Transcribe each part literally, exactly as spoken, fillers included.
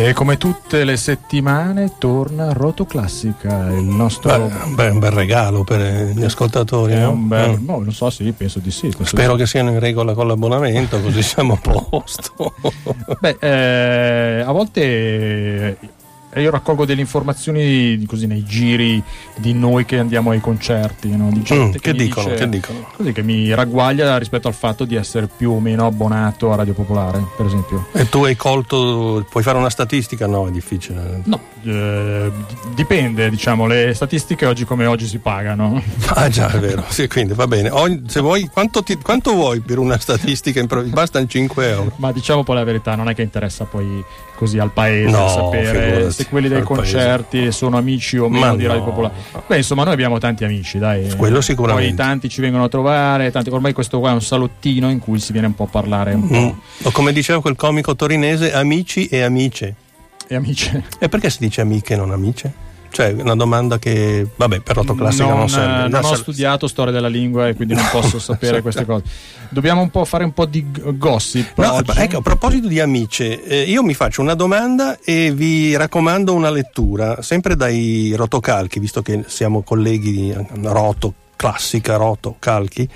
E come tutte le settimane torna Rotoclassica, il nostro... Beh, beh, un bel regalo per gli ascoltatori. È no? un bel... Mm. No, non so, sì, penso di sì. Spero di... che siano in regola con l'abbonamento, così siamo a posto. Beh, eh, a volte... io raccolgo delle informazioni così nei giri di noi che andiamo ai concerti, no? Di gente mm, che, che, dicono, dice, che dicono così, che mi ragguaglia rispetto al fatto di essere più o meno abbonato a Radio Popolare, per esempio. E tu hai colto, puoi fare una statistica? No, è difficile. No, eh, dipende, diciamo, le statistiche oggi come oggi si pagano. Ah già, è vero, sì, quindi va bene. Ogni, se vuoi, quanto, ti, quanto vuoi per una statistica improvvisata? Bastano cinque euro. Ma diciamo poi la verità, non è che interessa poi così al paese no, sapere figurati, se quelli dei concerti paese. sono amici o meno Ma di Radio no. Popolare. Beh, insomma, noi abbiamo tanti amici, dai. Quello sicuramente. Poi tanti ci vengono a trovare, tanti, ormai questo qua è un salottino in cui si viene un po' a parlare un po'. Mm. O come diceva quel comico torinese, amici e amiche. E amici. E perché si dice amiche e non amiche? Cioè, una domanda che, vabbè, per Rotoclassica non, non serve. Non, non ho serve. studiato storia della lingua e quindi non posso sapere queste cose. Dobbiamo un po' fare un po' di gossip. No, oggi. ecco, a proposito di amiche, eh, io mi faccio una domanda e vi raccomando una lettura, sempre dai rotocalchi, visto che siamo colleghi di Roto, Classica, Roto, Calchi,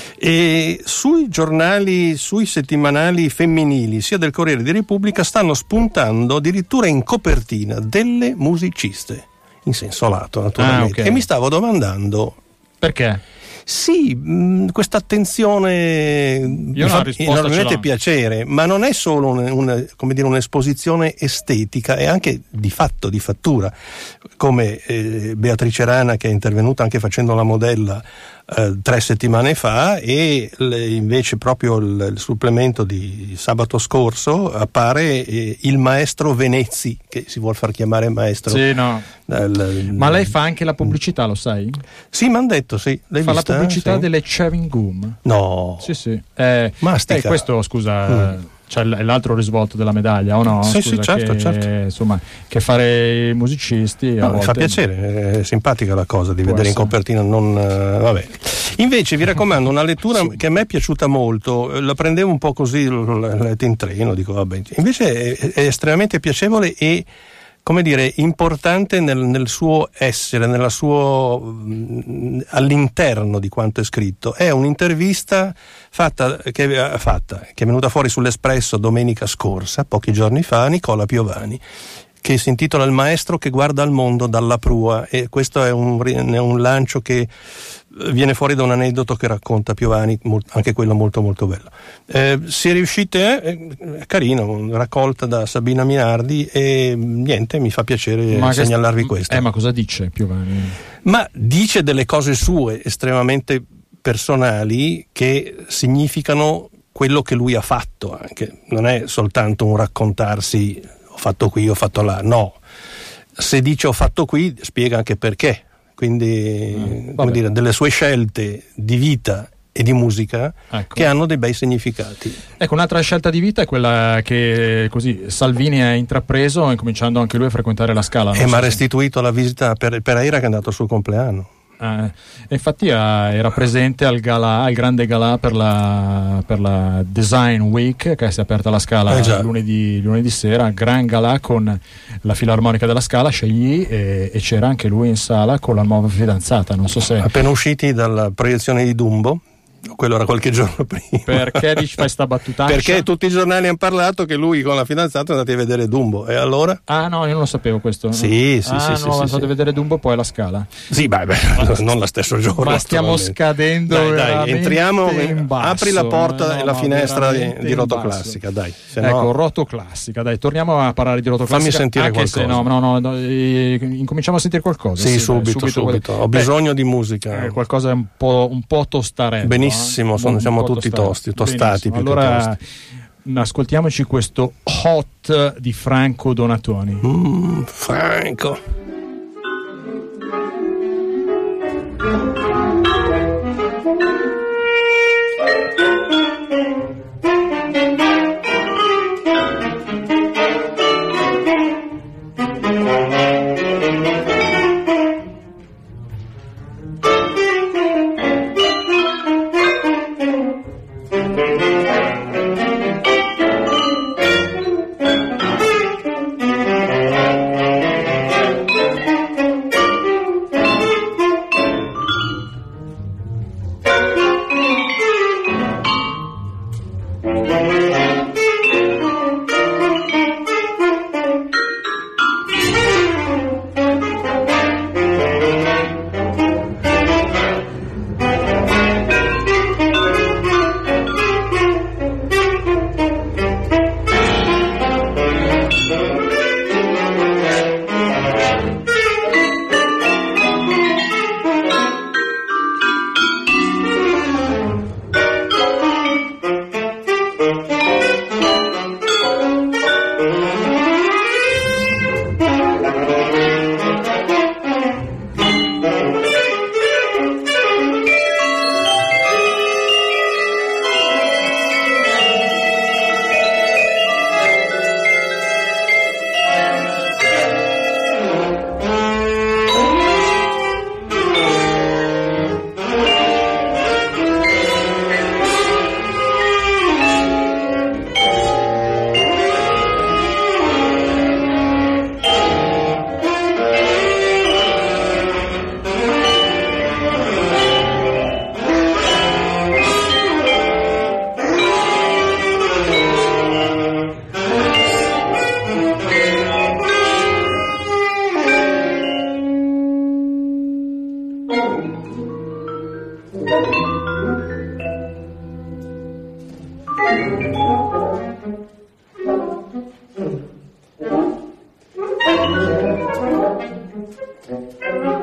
e sui giornali, sui settimanali femminili, sia del Corriere di Repubblica, stanno spuntando addirittura in copertina delle musiciste, in senso lato naturalmente, ah, okay. E mi stavo domandando perché? Sì, mh, questa attenzione Io mi fa ce enormemente l'ho. piacere, ma non è solo un, un, come dire, un'esposizione estetica, è anche di fatto, di fattura, come eh, Beatrice Rana, che è intervenuta anche facendo la modella eh, tre settimane fa, e le, invece proprio il, il supplemento di sabato scorso appare eh, il maestro Venezzi, che si vuol far chiamare maestro. Sì, no. Del, Ma lei fa anche la pubblicità, lo sai? Sì, mi hanno detto, sì. L'hai fa vista? la pubblicità Sì. delle chewing gum. No. Sì, sì. Eh, Mastica. eh, questo, scusa, Mm. c'è l'altro risvolto della medaglia, o no? Sì, Scusa, sì, certo, che, certo. Insomma, che fare i musicisti a No, mi volte... fa piacere, è simpatica la cosa di Può vedere essere. in copertina, non uh, vabbè. Invece vi raccomando una lettura che a me è piaciuta molto, la prendevo un po' così, l'ho letta in treno, dico vabbè. Invece è, è estremamente piacevole e, come dire, importante nel, nel suo essere, nella suo mh, all'interno di quanto è scritto. È un'intervista fatta che, fatta che è venuta fuori sull'Espresso domenica scorsa, pochi giorni fa, a Nicola Piovani, che si intitola Il maestro che guarda al mondo dalla prua, e questo è un, è un lancio che viene fuori da un aneddoto che racconta Piovani, anche quello molto molto bello. Eh, se riuscite, è carino, raccolta da Sabina Minardi, e niente, mi fa piacere ma segnalarvi che, questo. Eh, ma cosa dice Piovani? Ma dice delle cose sue estremamente personali che significano quello che lui ha fatto, anche non è soltanto un raccontarsi ho fatto qui, ho fatto là, no. Se dice ho fatto qui, spiega anche perché. Quindi, mm, come dire, delle sue scelte di vita e di musica, ecco, che hanno dei bei significati. Ecco, un'altra scelta di vita è quella che così Salvini ha intrapreso, incominciando anche lui a frequentare la Scala. E mi ha restituito la visita per, per Aira, che è andato sul compleanno. Eh, infatti era presente al galà, al grande galà per la, per la Design Week, che si è aperta alla Scala eh lunedì, lunedì sera, gran galà con la Filarmonica della Scala, Scegli, e, e c'era anche lui in sala con la nuova fidanzata. Non so se appena usciti dalla proiezione di Dumbo, quello era qualche giorno prima. Perché dici fai sta battutaccia? Perché tutti i giornali hanno parlato che lui con la fidanzata è andato a vedere Dumbo, e allora? Ah no, io non lo sapevo questo. Sì, sì, ah, sì, no, sì, sono sì, andato sì. a vedere Dumbo poi alla Scala. Sì, beh, beh non lo stesso giorno. Ma stiamo scadendo. Dai, dai, entriamo, in basso, apri la porta no, e la finestra di, di Rotoclassica, dai. Se ecco, no... Rotoclassica, dai, torniamo a parlare di Rotoclassica. Fammi sentire anche qualcosa. Se no, no, no, no, eh, incominciamo a sentire qualcosa. Sì, sì subito, dai, subito, subito. Quel... Ho bisogno Beh, di musica. Eh, qualcosa un po', un po' tostaretto. Benissimo, eh? sono, un siamo po tutti tostaretto. tosti, tostati. Più allora, che tosti. Ascoltiamoci questo Hot di Franco Donatoni. Mm, Franco.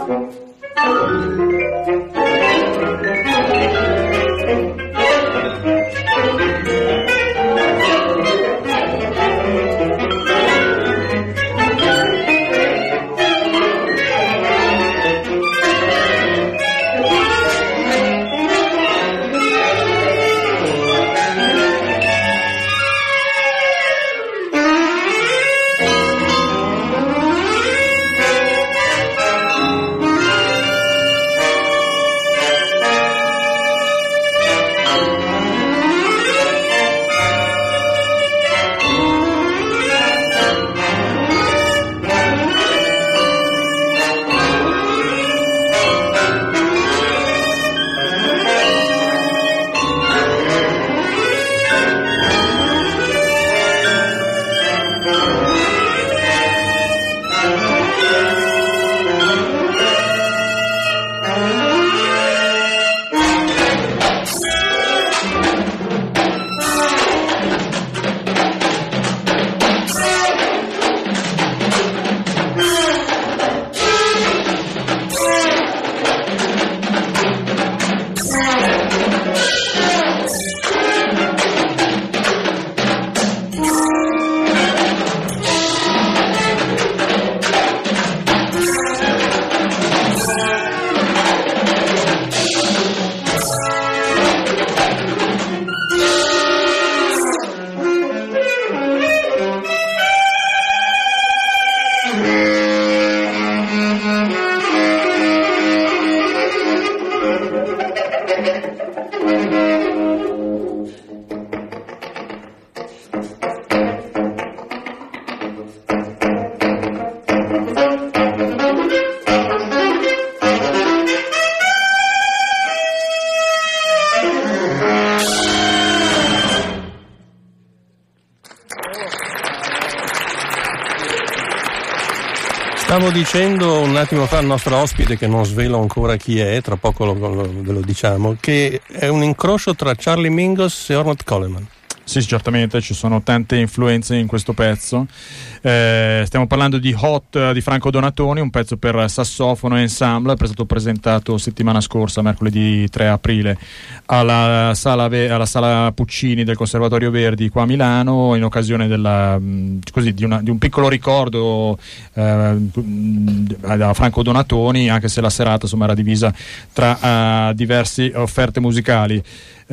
Stavo dicendo un attimo fa al nostro ospite, che non svelo ancora chi è, tra poco lo, lo, ve lo diciamo, che è un incrocio tra Charlie Mingus e Ornette Coleman. Sì, certamente ci sono tante influenze in questo pezzo. Eh, stiamo parlando di Hot di Franco Donatoni, un pezzo per sassofono e ensemble, è stato presentato settimana scorsa, mercoledì tre aprile, alla sala, alla sala Puccini del Conservatorio Verdi qua a Milano, in occasione della, così, di, una, di un piccolo ricordo eh, a Franco Donatoni, anche se la serata insomma era divisa tra uh, diverse offerte musicali.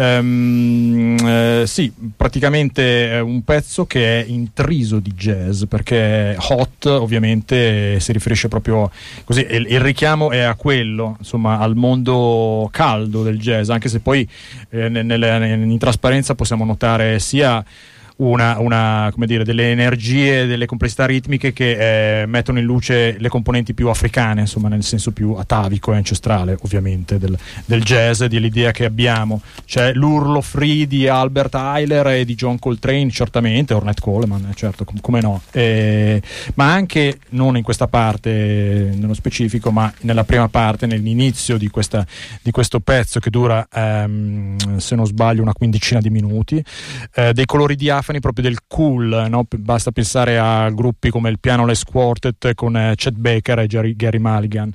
Um, eh, sì, praticamente è un pezzo che è intriso di jazz, perché Hot ovviamente si riferisce proprio così, il, il richiamo è a quello, insomma, al mondo caldo del jazz, anche se poi eh, nelle, in trasparenza possiamo notare sia Una, una, come dire, delle energie, delle complessità ritmiche che eh, mettono in luce le componenti più africane, insomma, nel senso più atavico e ancestrale, ovviamente, del, del jazz, dell'idea che abbiamo. C'è l'urlo free di Albert Ayler e di John Coltrane, certamente, Ornette Coleman, certo, com- come no, eh, ma anche non in questa parte nello specifico, ma nella prima parte, nell'inizio di, questa, di questo pezzo che dura, ehm, se non sbaglio, una quindicina di minuti, eh, dei colori diafani proprio del cool, no? Basta pensare a gruppi come il Pianoless Quartet con eh, Chet Baker e Jerry, Gary Mulligan.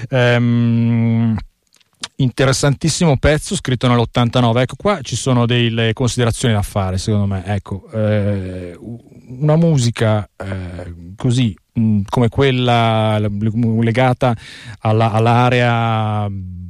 Um, interessantissimo pezzo scritto nell'ottantanove. Ecco, qua ci sono delle considerazioni da fare, secondo me. Ecco, eh, una musica eh, così mh, come quella legata alla, all'area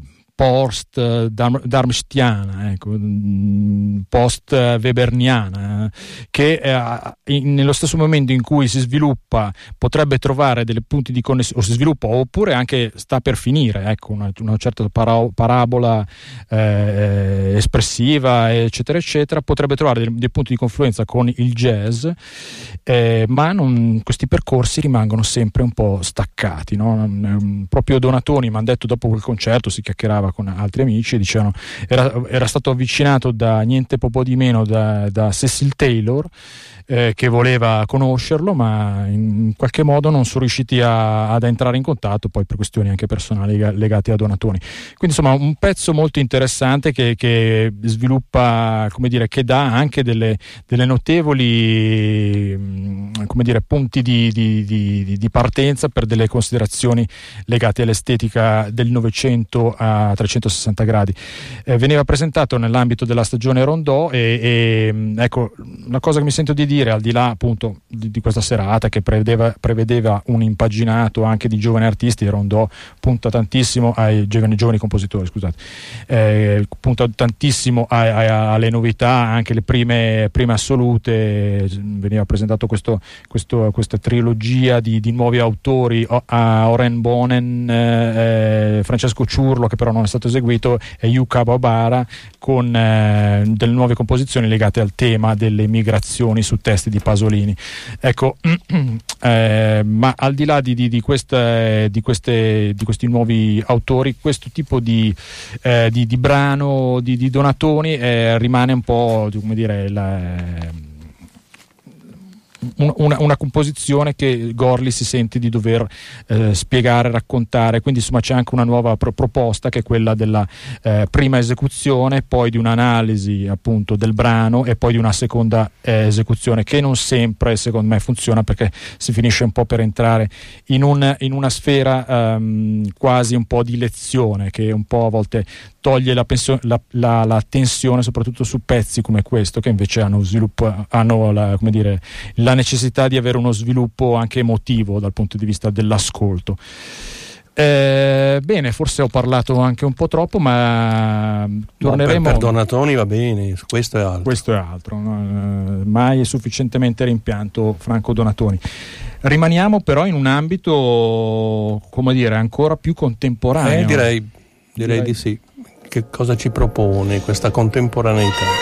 post darmstadtiana, ecco, post weberniana, che eh, in, nello stesso momento in cui si sviluppa potrebbe trovare dei punti di connessione, o si sviluppa oppure anche sta per finire, ecco, una, una certa para- parabola eh, espressiva, eccetera eccetera, potrebbe trovare dei, dei punti di confluenza con il jazz, eh, ma non, questi percorsi rimangono sempre un po' staccati, no? Proprio Donatoni mi hanno detto, dopo quel concerto si chiacchierava parlava con altri amici e dicevano era, era stato avvicinato da niente po' di meno da, da Cecil Taylor, eh, che voleva conoscerlo, ma in qualche modo non sono riusciti a, ad entrare in contatto, poi per questioni anche personali legate a Donatoni. Quindi insomma un pezzo molto interessante che, che sviluppa, come dire, che dà anche delle, delle notevoli, come dire, punti di, di, di, di partenza per delle considerazioni legate all'estetica del Novecento a trecentosessanta gradi. Eh, veniva presentato nell'ambito della stagione Rondò e, e ecco, una cosa che mi sento di dire, al di là appunto di, di questa serata che prevedeva, prevedeva un impaginato anche di giovani artisti, Rondò punta tantissimo ai giovani, giovani compositori, scusate, eh, punta tantissimo a, a, alle novità, anche le prime, prime assolute. Veniva presentato questo, questo, questa trilogia di, di nuovi autori, a Oren Bonen, eh, Francesco Ciurlo, che però non è stato eseguito, e Yuka Babara, con eh, delle nuove composizioni legate al tema delle migrazioni su testi di Pasolini. Ecco, eh, ma al di là di, di, di, queste, di, queste, di questi nuovi autori, questo tipo di, eh, di, di brano di, di Donatoni eh, rimane un po', come dire, la, Una, una composizione che Gorli si sente di dover eh, spiegare, raccontare, quindi insomma c'è anche una nuova pro- proposta che è quella della eh, prima esecuzione, poi di un'analisi appunto del brano e poi di una seconda eh, esecuzione, che non sempre secondo me funziona, perché si finisce un po' per entrare in, un, in una sfera ehm, quasi un po' di lezione, che un po' a volte toglie la, penso- la, la, la tensione soprattutto su pezzi come questo, che invece hanno sviluppo, hanno la, come dire, la necessità di avere uno sviluppo anche emotivo dal punto di vista dell'ascolto. Eh, bene, forse ho parlato anche un po' troppo, ma torneremo. No, per, per Donatoni va bene, questo è altro. Questo è altro, no? Mai è sufficientemente rimpianto Franco Donatoni. Rimaniamo però in un ambito, come dire, ancora più contemporaneo. Eh, direi, direi, direi di sì. Che cosa ci propone questa contemporaneità?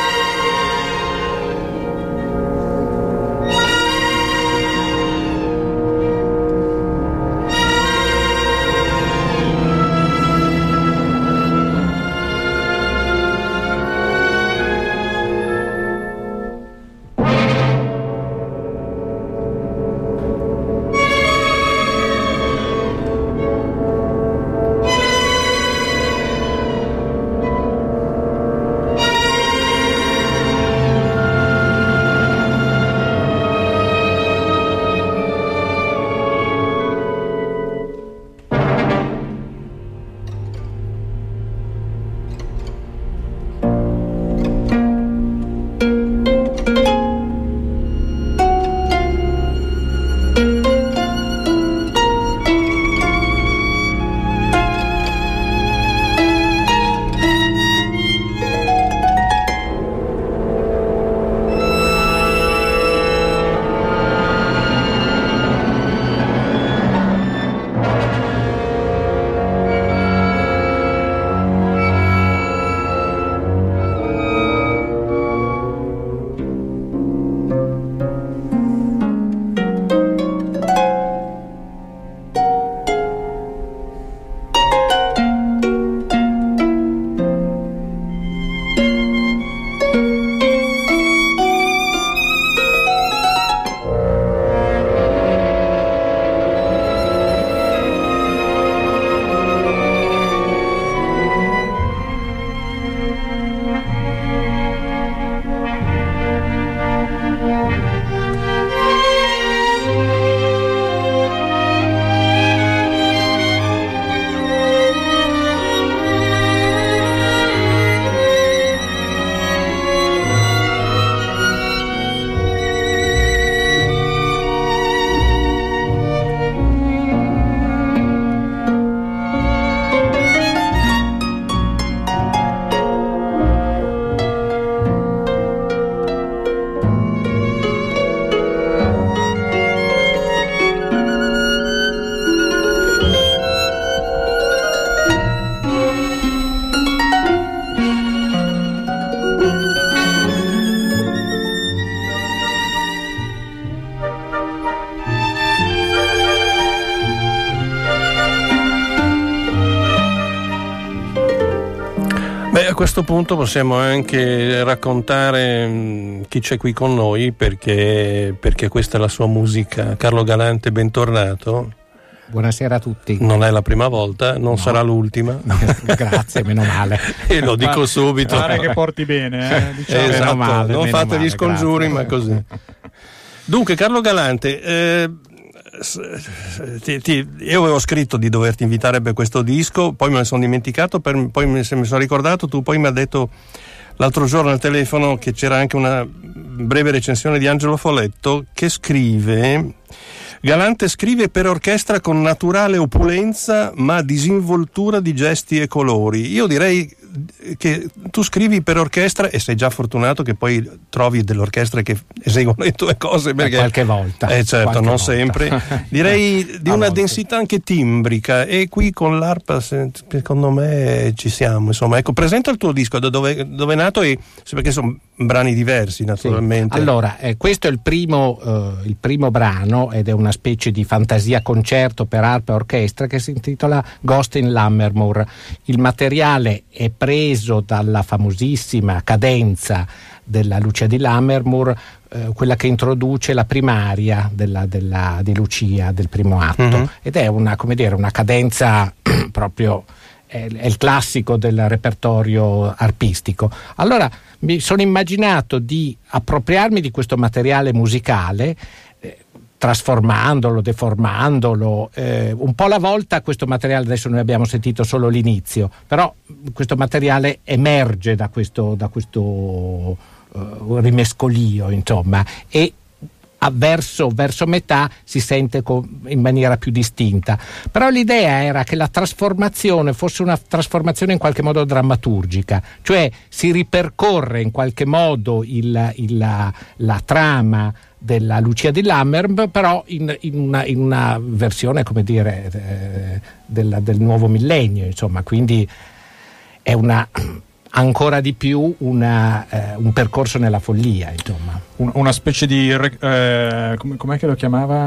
questo punto possiamo anche raccontare mh, chi c'è qui con noi, perché, perché questa è la sua musica. Carlo Galante, bentornato. Buonasera a tutti. Non è la prima volta, non no. sarà l'ultima. Grazie, meno male. E lo dico subito. Pare che porti bene, eh? Diciamo. Esatto, meno male, non meno fate male, gli scongiuri, grazie. ma così. Dunque, Carlo Galante, eh, ti, ti, io avevo scritto di doverti invitare per questo disco, poi me ne sono dimenticato, per, poi mi, se mi sono ricordato, tu poi mi hai detto l'altro giorno al telefono che c'era anche una breve recensione di Angelo Foletto che scrive: Galante scrive per orchestra con naturale opulenza ma disinvoltura di gesti e colori. Io direi che tu scrivi per orchestra e sei già fortunato che poi trovi delle orchestre che eseguono le tue cose, perché qualche volta eh certo qualche non volta. sempre direi di una volte. densità anche timbrica, e qui con l'arpa secondo me ci siamo, insomma. Ecco, presenta il tuo disco, da dove, dove è nato, e perché sono brani diversi naturalmente. Sì. Allora, eh, questo è il primo, eh, il primo brano, ed è una specie di fantasia concerto per arpa e orchestra che si intitola Ghost in Lammermoor. Il materiale è preso dalla famosissima cadenza della Lucia di Lammermoor, eh, quella che introduce la primaria della, della, di Lucia del primo atto, mm-hmm. ed è una, come dire, una cadenza proprio, è, è il classico del repertorio arpistico. Allora mi sono immaginato di appropriarmi di questo materiale musicale, trasformandolo, deformandolo, eh, un po' alla volta. Questo materiale, adesso noi abbiamo sentito solo l'inizio, però questo materiale emerge da questo, da questo uh, rimescolio, insomma, e a verso, verso metà si sente con, in maniera più distinta. Però l'idea era che la trasformazione fosse una trasformazione in qualche modo drammaturgica, cioè si ripercorre in qualche modo il, il, la, la trama della Lucia di Lammermoor, però in, in, una, in una versione, come dire, eh, del, del nuovo millennio, insomma. Quindi è una ancora di più una, eh, un percorso nella follia, insomma. Un, una specie di eh, come, com'è che lo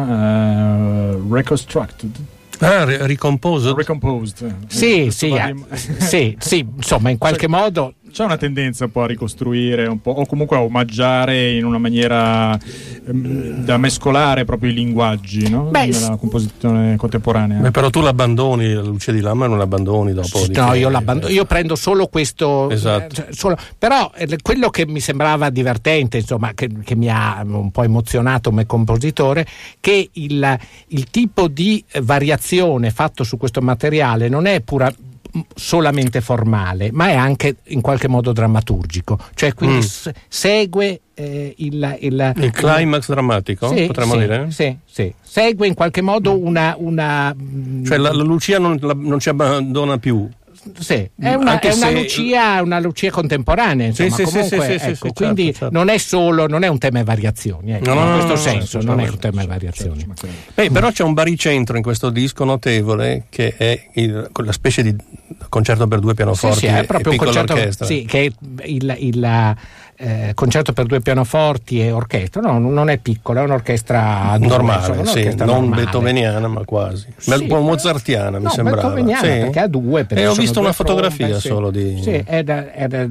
chiamava? Uh, reconstructed. Ah, re- ricomposed. Recomposed. Sì, eh, sì, eh, sì, sì, insomma, in qualche cioè, modo c'è una tendenza un po' a ricostruire un po', o comunque a omaggiare in una maniera ehm, da mescolare proprio i linguaggi, no? Beh, nella composizione contemporanea. Beh, però tu l'abbandoni, la Lucia di Lammermoor non l'abbandoni dopo. Di no, che, io l'abbandono, io prendo solo questo, esatto. cioè, solo, però eh, quello che mi sembrava divertente, insomma, che, che mi ha un po' emozionato come compositore, che il, il tipo di variazione fatto su questo materiale non è pura solamente formale, ma è anche in qualche modo drammaturgico, cioè quindi mm. s- segue eh, il, il, il climax il, drammatico, sì, potremmo sì, dire? Sì, sì, segue in qualche modo una... una cioè la, la Lucia non, la, non ci abbandona più. Sì, è una, è una se... Lucia, una Lucia contemporanea, insomma, sì, comunque, sì, sì, ecco, sì, quindi certo, certo. non è solo, non è un tema e variazioni, ecco, no, no, in questo no, senso no, non no, è no, un tema e certo, variazioni. certo. Beh, però c'è un baricentro in questo disco notevole, che è il, la specie di concerto per due pianoforti, sì, sì, è proprio e un concerto, orchestra. Sì, che è il, il eh, concerto per due pianoforti e orchestra, no, non è piccolo, è un'orchestra normale, insomma, sì, non normale. beethoveniana, ma quasi, sì, un po' mozartiana mi no, sembrava. Beethoveniana, sì. perché ha due, perché e ho sono visto due una fotografia trombe, sì. solo di sì, era, era,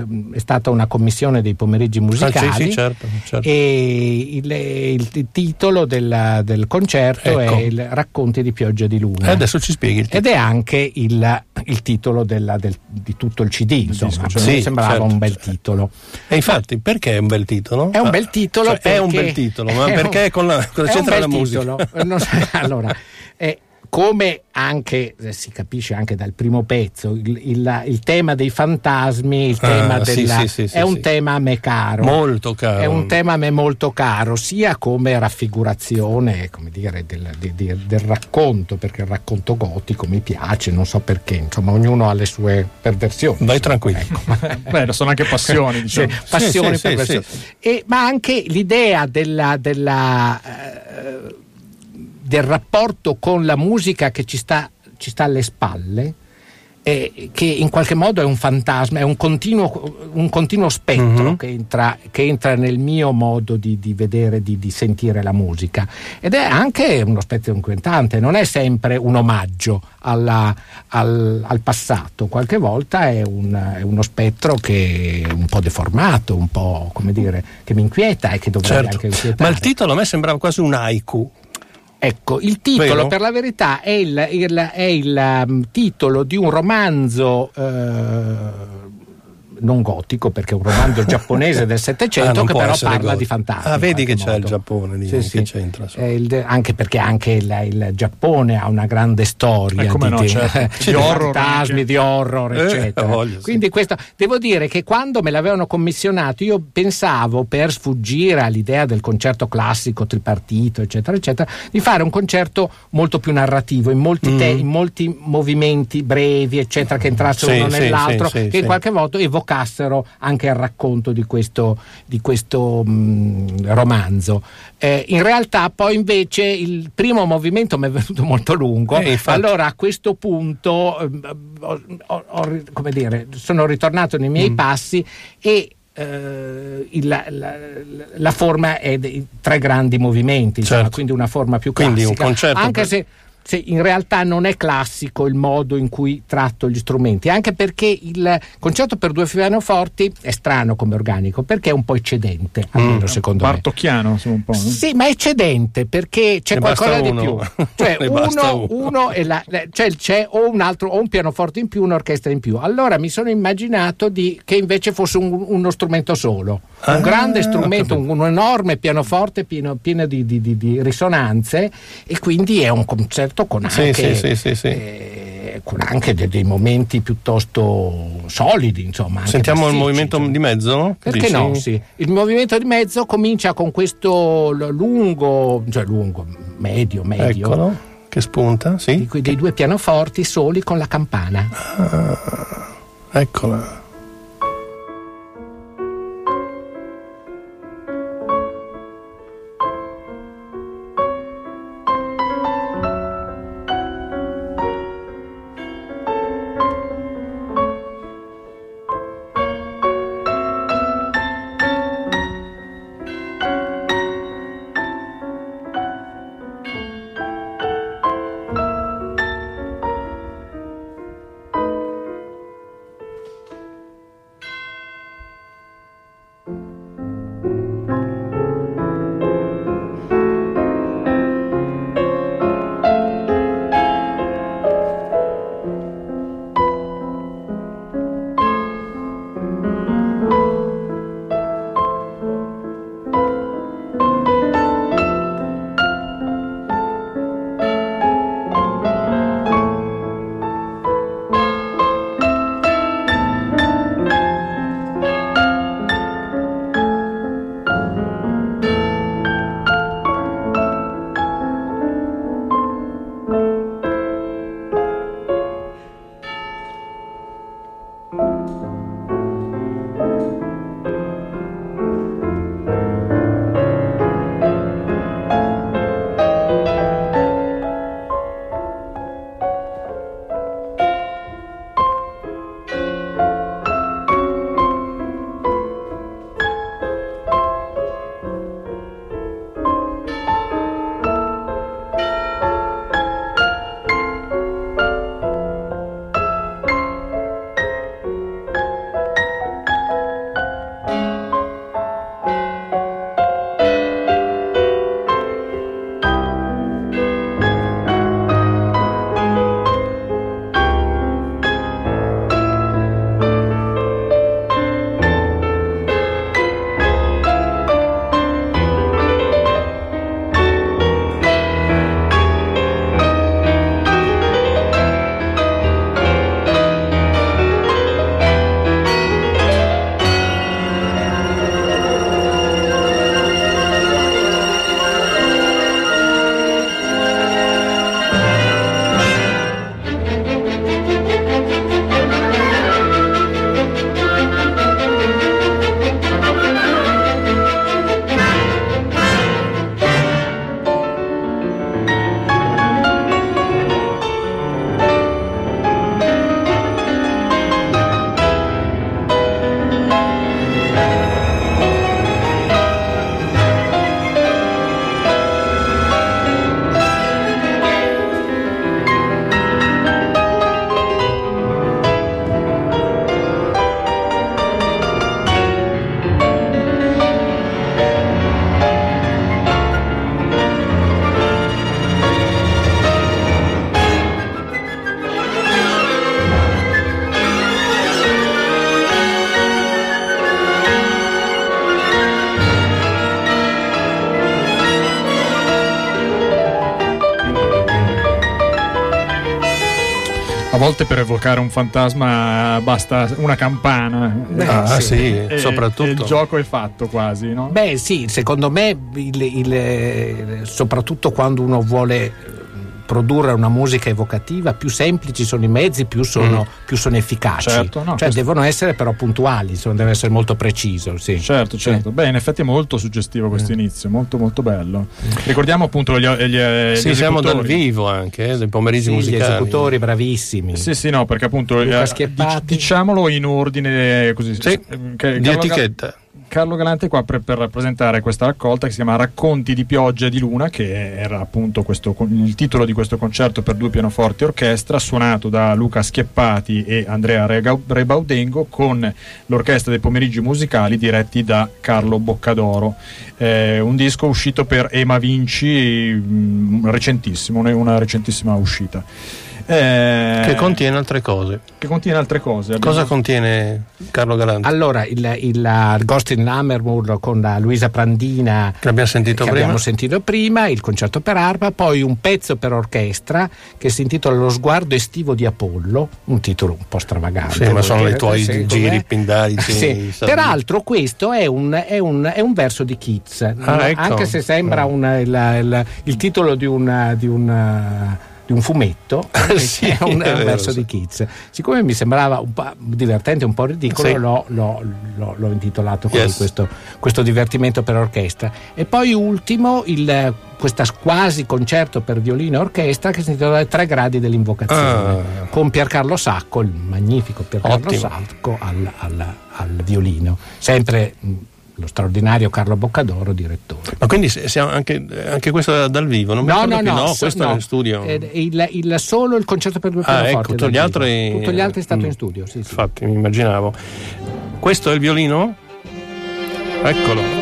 è stata una commissione dei pomeriggi musicali, ah, sì, sì, certo, certo. E il, il, il titolo del, del concerto ecco. è il Racconti di pioggia di luna, e adesso ci spieghi il ed è anche il, il titolo della, del, di tutto il C D, insomma, disco, cioè, sì, mi sembrava certo, un bel certo. titolo. E infatti, perché è un bel titolo? È un bel titolo, cioè, perché è un bel titolo, ma perché un, con la, cosa c'entra la musica? Non so, allora, eh, come anche eh, si capisce anche dal primo pezzo, il, il, il tema dei fantasmi, il tema ah, della, sì, sì, sì, è sì, un sì. tema a me caro, molto caro. È un tema a me molto caro, sia come raffigurazione, come dire, del, di, di, del racconto, perché il racconto gotico mi piace, non so perché, insomma, ognuno ha le sue perversioni. Vai tranquillo. Ecco. Beh, sono anche passioni, diciamo. Sì, passioni, sì, sì, perversioni. sì, sì. E, ma anche l'idea della, della eh, del rapporto con la musica che ci sta, ci sta alle spalle eh, che in qualche modo è un fantasma, è un continuo, un continuo spettro mm-hmm. che, entra, che entra nel mio modo di, di vedere, di, di sentire la musica, ed è anche uno spettro inquietante, non è sempre un omaggio alla, al, al passato, qualche volta è, un, è uno spettro che è un po' deformato, un po', come dire, che mi inquieta e che dovrebbe certo. anche inquietare. Ma il titolo a me sembrava quasi un haiku. Ecco, il titolo, vero? Per la verità, è il, il, è il um, titolo di un romanzo eh, non gotico, perché è un romanzo giapponese del Settecento, ah, che però parla gotico. Di fantasmi. Ah, vedi che c'è modo. Il Giappone lì, sì, che sì. c'entra. Il, anche perché anche il, il Giappone ha una grande storia eh, di, no, di, certo. di, di horror, fantasmi, di horror, eh, eccetera. Voglio, Quindi sì. questo, devo dire che quando me l'avevano commissionato, io pensavo, per sfuggire all'idea del concerto classico tripartito, eccetera, eccetera, di fare un concerto molto più narrativo, in molti, mm. te, in molti movimenti brevi, eccetera, che entrassero sì, uno sì, nell'altro, sì, sì, che in qualche modo evocassero anche il racconto di questo, di questo mh, romanzo. Eh, in realtà poi invece il primo movimento mi è venuto molto lungo, eh, allora a questo punto eh, ho, ho, ho, come dire, sono ritornato nei miei mm. passi e eh, il, la, la, la forma è dei tre grandi movimenti, certo. insomma, quindi una forma più classica. Quindi un concerto anche per... se Se in realtà non è classico il modo in cui tratto gli strumenti, anche perché il concerto per due pianoforti è strano come organico, perché è un po' eccedente, almeno mm, secondo me. Bartocchiano, insomma, un po'. No? Sì, ma è eccedente perché c'è ne qualcosa di uno. più. Cioè uno, uno. uno e la, cioè c'è o un altro, o un pianoforte in più, un'orchestra in più. Allora mi sono immaginato di, che invece fosse un, uno strumento solo, un ah, grande strumento, un, un enorme pianoforte pieno, pieno di, di, di, di risonanze, e quindi è un concerto con anche, sì, sì, sì, sì. Eh, con anche dei, dei momenti piuttosto solidi, insomma. Anche Sentiamo massicci, il movimento cioè. Di mezzo? Perché Dici? no? Sì. Il movimento di mezzo comincia con questo lungo, cioè lungo, medio, medio. Eccolo, che spunta, sì. Di, dei due pianoforti soli con la campana. Ah, eccola. A volte per evocare un fantasma basta una campana. Beh, ah, sì, sì e, soprattutto. E il gioco è fatto quasi, no? Beh, sì, secondo me, il, il, soprattutto quando uno vuole produrre una musica evocativa, più semplici sono i mezzi, più sono, mm. più sono efficaci. Certo, no, cioè questo... devono essere però puntuali, insomma, deve essere molto preciso. Sì. Certo, certo. Sì. Beh, in effetti è molto suggestivo questo mm. inizio, molto molto bello. Mm. Ricordiamo appunto gli, gli, gli sì, siamo dal vivo anche, eh, dei pomeriggi sì, musicali. Gli esecutori bravissimi. Sì, sì, no, perché appunto Luca eh, Schieppati. diciamolo in ordine così. Sì, che, di etichetta. Carlo Galante è qua per, per presentare questa raccolta che si chiama Racconti di pioggia e di luna, che era appunto questo, il titolo di questo concerto per due pianoforti e orchestra, suonato da Luca Schieppati e Andrea Rebaudengo, con l'orchestra dei pomeriggi musicali diretti da Carlo Boccadoro. Eh, un disco uscito per Ema Vinci, mh, recentissimo, una recentissima uscita. Eh, che contiene altre cose. Che contiene altre cose. Abbiamo... Cosa contiene Carlo Galante? Allora, il, il Ghost in Lammermoor con la Luisa Prandina, che abbiamo sentito che prima. abbiamo sentito prima, il concerto per arpa, poi un pezzo per orchestra che si intitola Lo sguardo estivo di Apollo, un titolo un po' stravagante. Sì, ma sono i tuoi sì, giri pindarici. Sì. Peraltro questo è un, è, un, è un verso di Keats, ah, ecco. anche se sembra ah. un, il, il, il titolo di un... Di un di un fumetto, sì, è un, è un vero, verso sì. di Keats. Siccome mi sembrava un po' divertente, un po' ridicolo, sì. l'ho, l'ho, l'ho, l'ho intitolato così, yes. questo, questo divertimento per orchestra. E poi ultimo il questa quasi concerto per violino e orchestra che si intitola Tre gradi dell'invocazione, ah. con Piercarlo Sacco, il magnifico Piercarlo Ottimo. Sacco al, al, al violino, sempre lo straordinario Carlo Boccadoro direttore. Ma quindi siamo anche, anche questo dal vivo? Non mi no, no, no, no, no, questo no. è in studio. Eh, il, il solo il concerto per due ah, pianoforti. Ecco, tutti gli altri... Tutto gli altri è stato mm. in studio, sì, sì. Infatti, mi immaginavo. Questo è il violino? Eccolo.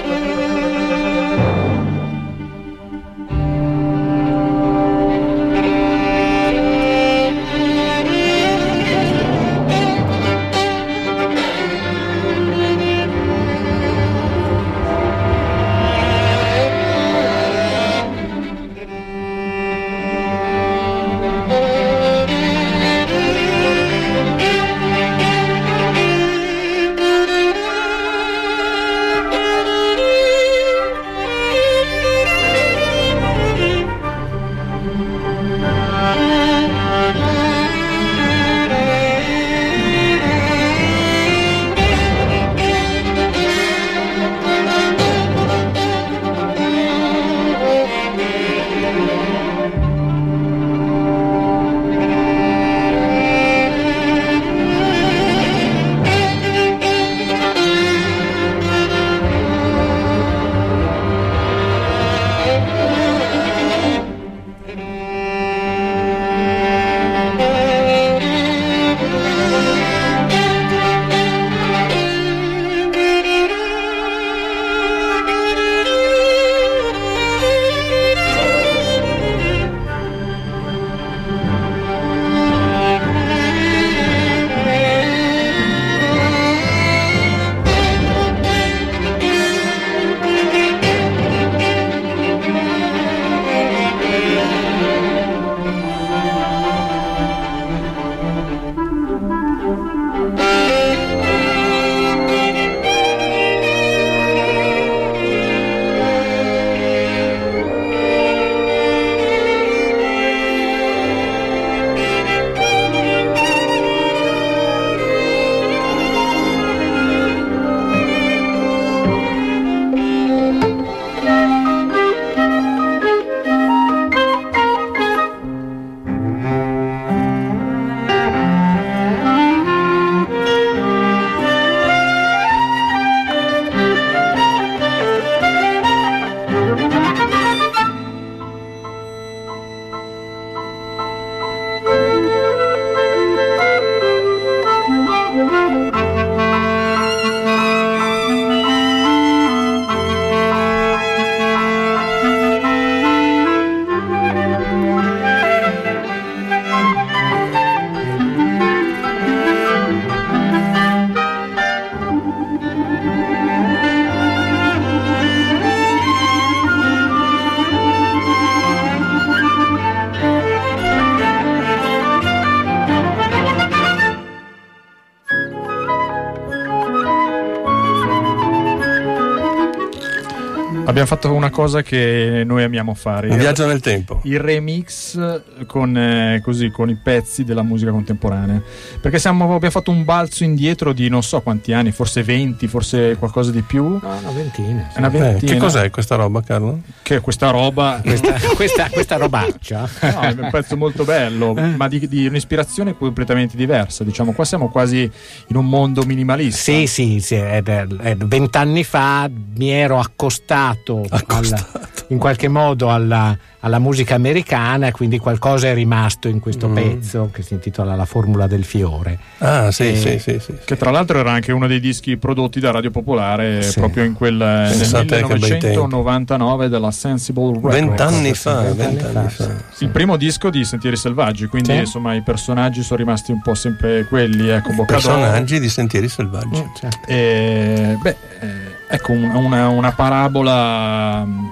Abbiamo fatto una cosa che noi amiamo fare. Un viaggio nel tempo. Il remix con, eh, così, con i pezzi della musica contemporanea. Perché siamo, abbiamo fatto un balzo indietro di non so quanti anni, forse venti, forse qualcosa di più. No, una ventina. Sì. Una ventina. Eh, che cos'è questa roba, Carlo? Che è questa roba. Questa, questa, questa robaccia. No, è un pezzo molto bello, Eh. ma di, di un'ispirazione completamente diversa. Diciamo, qua siamo quasi in un mondo minimalista. Sì, sì, sì. Vent'anni fa mi ero accostato, Accostato. Alla, in qualche modo alla, alla musica americana, e quindi qualcosa è rimasto in questo Mm. pezzo che si intitola La formula del fiore. Ah, sì, Eh, sì, sì, sì. Che tra l'altro era anche uno dei dischi prodotti da Radio Popolare, Sì. proprio in quel nel Pensate che bei millenovecentonovantanove della Sensible Records. Vent'anni fa, Vent'anni vent'anni fa, fa. sì. Il primo disco di Sentieri Selvaggi, quindi Sì. insomma i personaggi sono rimasti un po' sempre quelli, ecco, Boccadoro. Personaggi di Sentieri Selvaggi. Mm, certo. E, beh, eh, ecco un- una, una parabola. mh,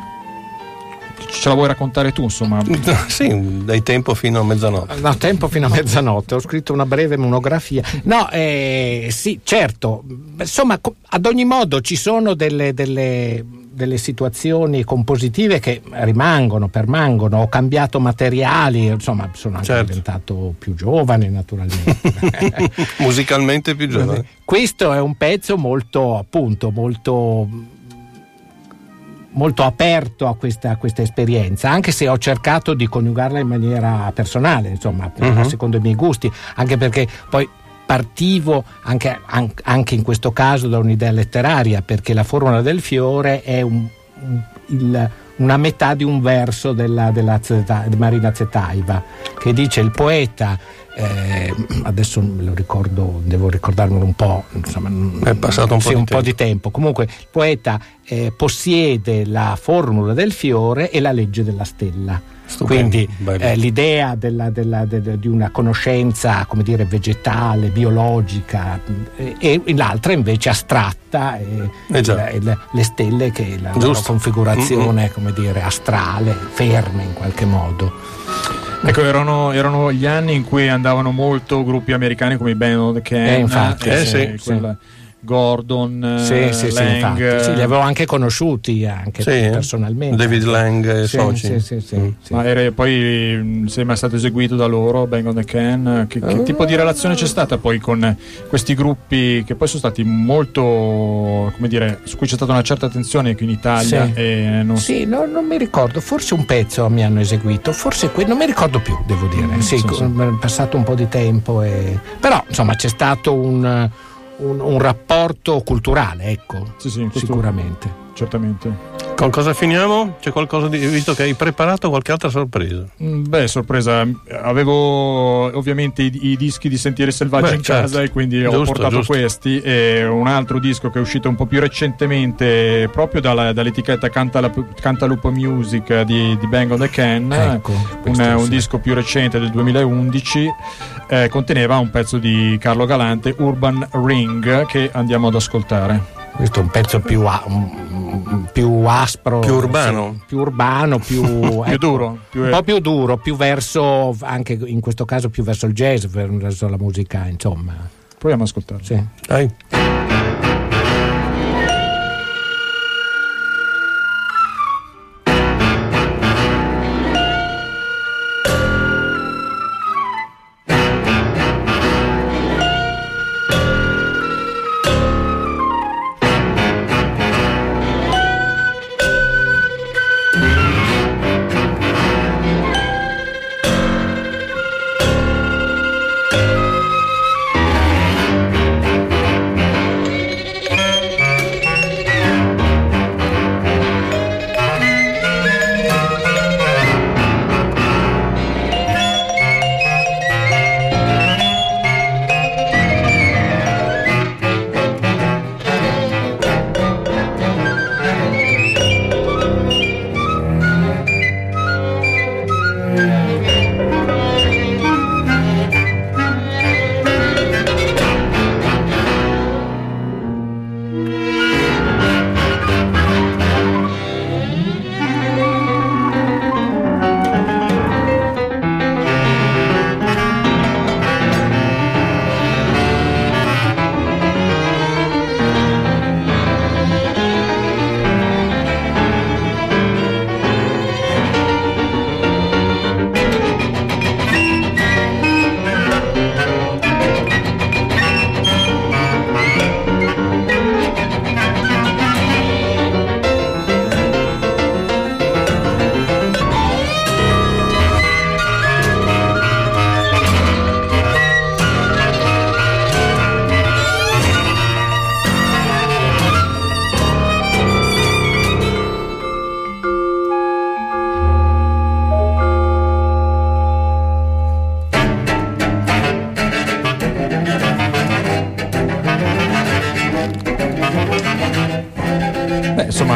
Ce la vuoi raccontare tu, insomma? Sì, dai tempo fino a mezzanotte. No, tempo fino a mezzanotte, ho scritto una breve monografia. No, eh, sì, certo, insomma, co- ad ogni modo ci sono delle, delle, delle situazioni compositive che rimangono, permangono. Ho cambiato materiali, insomma, sono anche Certo. diventato più giovane, naturalmente. Musicalmente più giovane. Questo è un pezzo molto, appunto, molto molto aperto a questa, a questa esperienza, anche se ho cercato di coniugarla in maniera personale, insomma, Mhm. secondo i miei gusti, anche perché poi partivo anche, an- anche in questo caso da un'idea letteraria, perché La formula del fiore è un, un- il- una metà di un verso della, della Zeta- di Marina Zetaiva, che dice: il poeta, eh, adesso me lo ricordo, devo ricordarmelo un po', insomma, È passato un po' sì, di un tempo. po' di tempo. Comunque il poeta eh, possiede la formula del fiore e la legge della stella. Stupendo, Quindi bello. eh, l'idea della, della, de- di una conoscenza, come dire, vegetale, biologica, eh, e l'altra invece astratta, e, Eh già. e le, le stelle che la loro Giusto. configurazione, come dire, astrale, ferma in qualche modo. Ecco, erano, erano gli anni in cui andavano molto gruppi americani come i Band of the Can, Eh, infatti, eh, sì, quella- Gordon, Sì, eh, sì, sì, Lang, infatti. Sì, li avevo anche conosciuti anche Sì, personalmente. David Lang e Sì, soci. sì, sì, sì, Mm. sì. ma era, poi mh, sei mai stato eseguito da loro, Bang on the Can? Che, che Uh. tipo di relazione c'è stata poi con questi gruppi che poi sono stati molto, come dire, su cui c'è stata una certa attenzione qui in Italia? Sì. E non so- Sì, no, non mi ricordo, forse un pezzo mi hanno eseguito, forse que- non mi ricordo più, devo dire. Mm, sì, sì, co- sì. è passato un po' di tempo, e... però insomma c'è stato un, un, un rapporto culturale, ecco, Sì, sì, questo- sicuramente. certamente. Con cosa finiamo? C'è qualcosa di. Visto che hai preparato qualche altra sorpresa. Mm, Beh, sorpresa, avevo ovviamente i, i dischi di Sentieri Selvaggi Beh, in certo. casa, e quindi ho Giusto, portato giusto. questi, e un altro disco che è uscito un po' più recentemente proprio dalla- dall'etichetta Cantalupo, Cantalupo Music di, di Bang on the Can, Ecco, un, questo un sì. disco più recente del duemilaundici, eh, conteneva un pezzo di Carlo Galante, Urban Ring, che andiamo ad ascoltare. Questo è un pezzo più, a- un- un- più aspro, Più urbano. sì, più urbano, più, Più ecco, duro, più- un po' più duro, più verso, anche in questo caso più verso il jazz, verso la musica, insomma. Proviamo ad ascoltarlo. Sì. Dai. Thank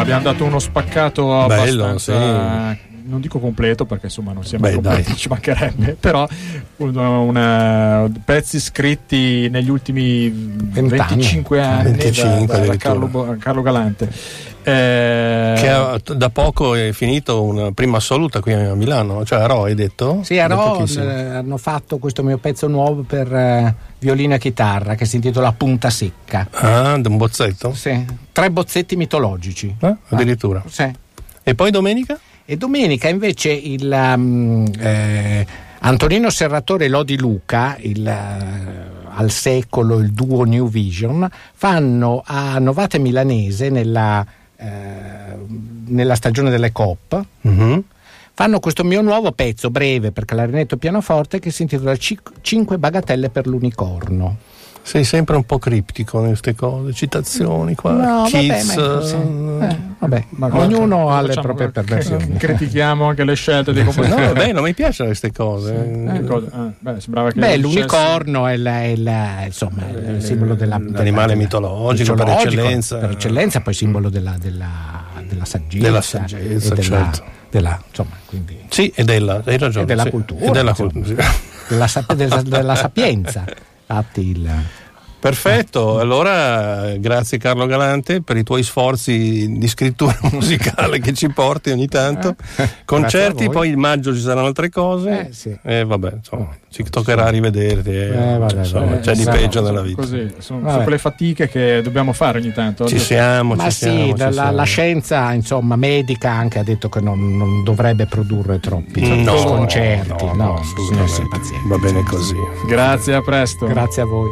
abbiamo dato uno spaccato Bello, abbastanza, sì. non dico completo perché insomma non siamo Beh, completi, dai. ci mancherebbe, però una, una, pezzi scritti negli ultimi venticinque anni venticinque da, da, da Carlo, Carlo Galante, eh, che ha, da poco è finito una prima assoluta qui a Milano, cioè a Ro, hai detto? Sì, a Ro eh, hanno fatto questo mio pezzo nuovo per eh, violino e chitarra che si intitola Punta Secca. Ah, un bozzetto? Sì, tre bozzetti mitologici. Ah, addirittura. Ah, sì. E poi domenica? E domenica invece il um, eh, Antonino Serratore e Lodi Luca, il, uh, al secolo il duo New Vision, fanno a Novate Milanese nella, uh, nella stagione delle Cop. Mm-hmm. Fanno questo mio nuovo pezzo breve per clarinetto e pianoforte che si intitola Cinque bagatelle per l'unicorno. Sei sempre un po' criptico in queste cose, citazioni qua, no, Kids, vabbè, ma, eh, vabbè, ma guarda, ognuno ha le facciamo, proprie perversioni. Critichiamo anche le scelte dei compositori. No, vabbè, non mi piacciono queste cose. Eh, cosa? Ah, beh, sembrava che beh, dicessi... l'unicorno è, la, è la, insomma, eh, il simbolo della, l'animale della, mitologico, mitologico per eccellenza. Per eccellenza, poi simbolo della, della, della saggezza. Della saggezza, e della, certo. Della, insomma, quindi, sì, e della, hai ragione. E della sì. cultura. E della, insomma, cultura. della, della, della sapienza. Infatti il... Perfetto, allora grazie Carlo Galante per i tuoi sforzi di scrittura musicale che ci porti ogni tanto. Concerti, poi il maggio ci saranno altre cose. Eh, sì. E vabbè, insomma, ci toccherà rivederti. Eh, eh, vabbè, insomma, vabbè, c'è di esatto, peggio nella vita. Così, sono, sono quelle fatiche che dobbiamo fare ogni tanto. Ci siamo, Ma ci sì, siamo, la, ci siamo. la scienza, insomma, medica anche ha detto che non, non dovrebbe produrre troppi No, sconcerti. no, No, no, bisogna essere assolutamente. pazienti. Va bene così. Grazie, a presto. Grazie a voi.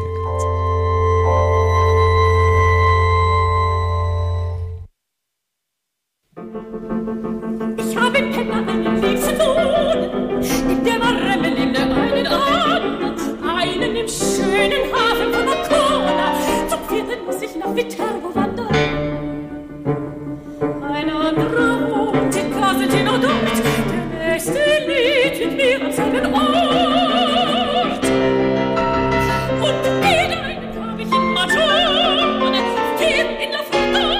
Ich habe in Penner einen Weg zu tun, der war Remmeline einen an, einen im schönen Hafen von Ancona, zum vierten muss ich nach Viterbo wandern. Ein anderer wohnt in Casentino dort, der nächste liegt mit mir an seinen Ort. Und wieder einen hab ich in Matone, vier in La Fontaine.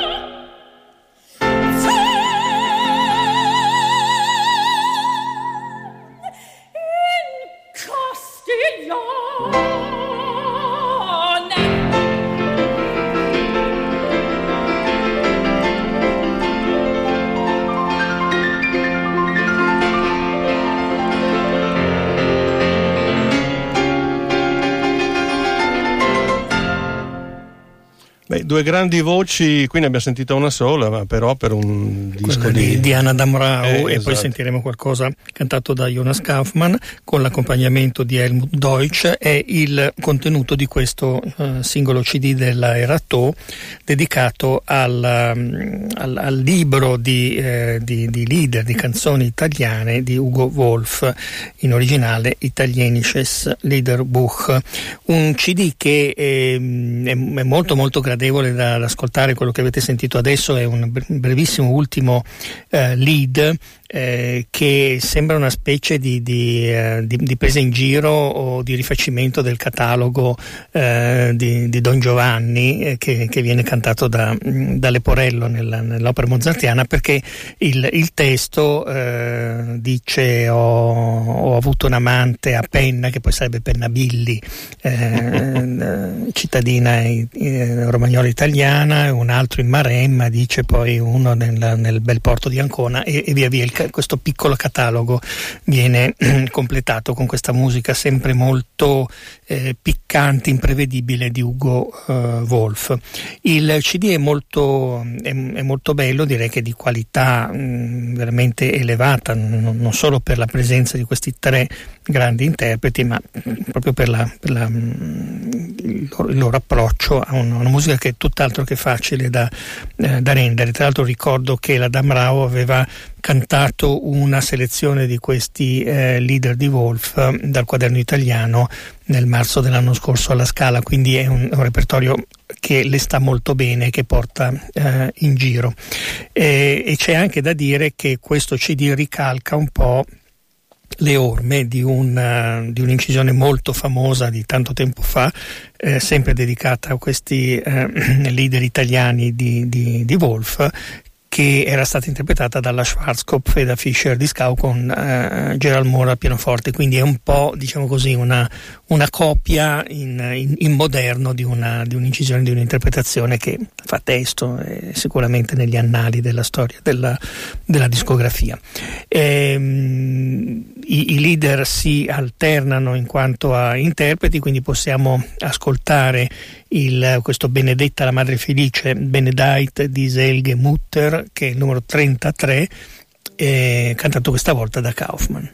Beh, due grandi voci, qui ne abbiamo sentita una sola, ma però per un disco Quella di, di Diana Damrau, Eh, e esatto. poi sentiremo qualcosa cantato da Jonas Kaufmann con l'accompagnamento di Helmut Deutsch. È il contenuto di questo uh, singolo C D della Erato dedicato al, um, al, al libro di, eh, di, di leader di canzoni italiane di Ugo Wolf, in originale Italienisches Liederbuch, un C D che è, è, è molto molto gradevole da, da ascoltare. Quello che avete sentito adesso è un brevissimo ultimo eh, lead eh, che sembra una specie di, di, eh, di, di presa in giro o di rifacimento del catalogo eh, di, di Don Giovanni, eh, che, che viene cantato da, da Leporello nella, nell'opera mozartiana, perché il, il testo eh, dice ho, ho avuto un amante a Penna, che poi sarebbe Pennabilli, eh, cittadina eh, romagnola italiana, un altro in Maremma, dice poi uno nel, nel bel porto di Ancona, e, e via via il, questo piccolo catalogo viene completato con questa musica sempre molto eh, piccante, imprevedibile di Ugo eh, Wolf. Il C D è molto, è, è molto bello, direi che di qualità mh, veramente elevata, non, non solo per la presenza di questi tre grandi interpreti, ma proprio per, la, per la, il, loro, il loro approccio a una, una musica che è tutt'altro che facile da, eh, da rendere. Tra l'altro ricordo che la Damrau aveva cantato una selezione di questi eh, leader di Wolf eh, dal Quaderno Italiano nel marzo dell'anno scorso alla Scala, quindi è un, un repertorio che le sta molto bene, che porta eh, in giro. E, e c'è anche da dire che questo C D ricalca un po' le orme di, un, di un'incisione molto famosa di tanto tempo fa, eh, sempre dedicata a questi eh, leader italiani di, di, di Wolf, che era stata interpretata dalla Schwarzkopf e da Fischer-Dieskau con eh, Gerald Moore al pianoforte, quindi è un po', diciamo così, una, una copia in, in, in moderno di, una, di un'incisione, di un'interpretazione che fa testo eh, sicuramente negli annali della storia della, della discografia. Ehm, i, i leader si alternano in quanto a interpreti, quindi possiamo ascoltare il, questo Benedetta la Madre Felice, Benedeit diese Helge Mutter, che è il numero trentatré, eh, cantato questa volta da Kaufmann.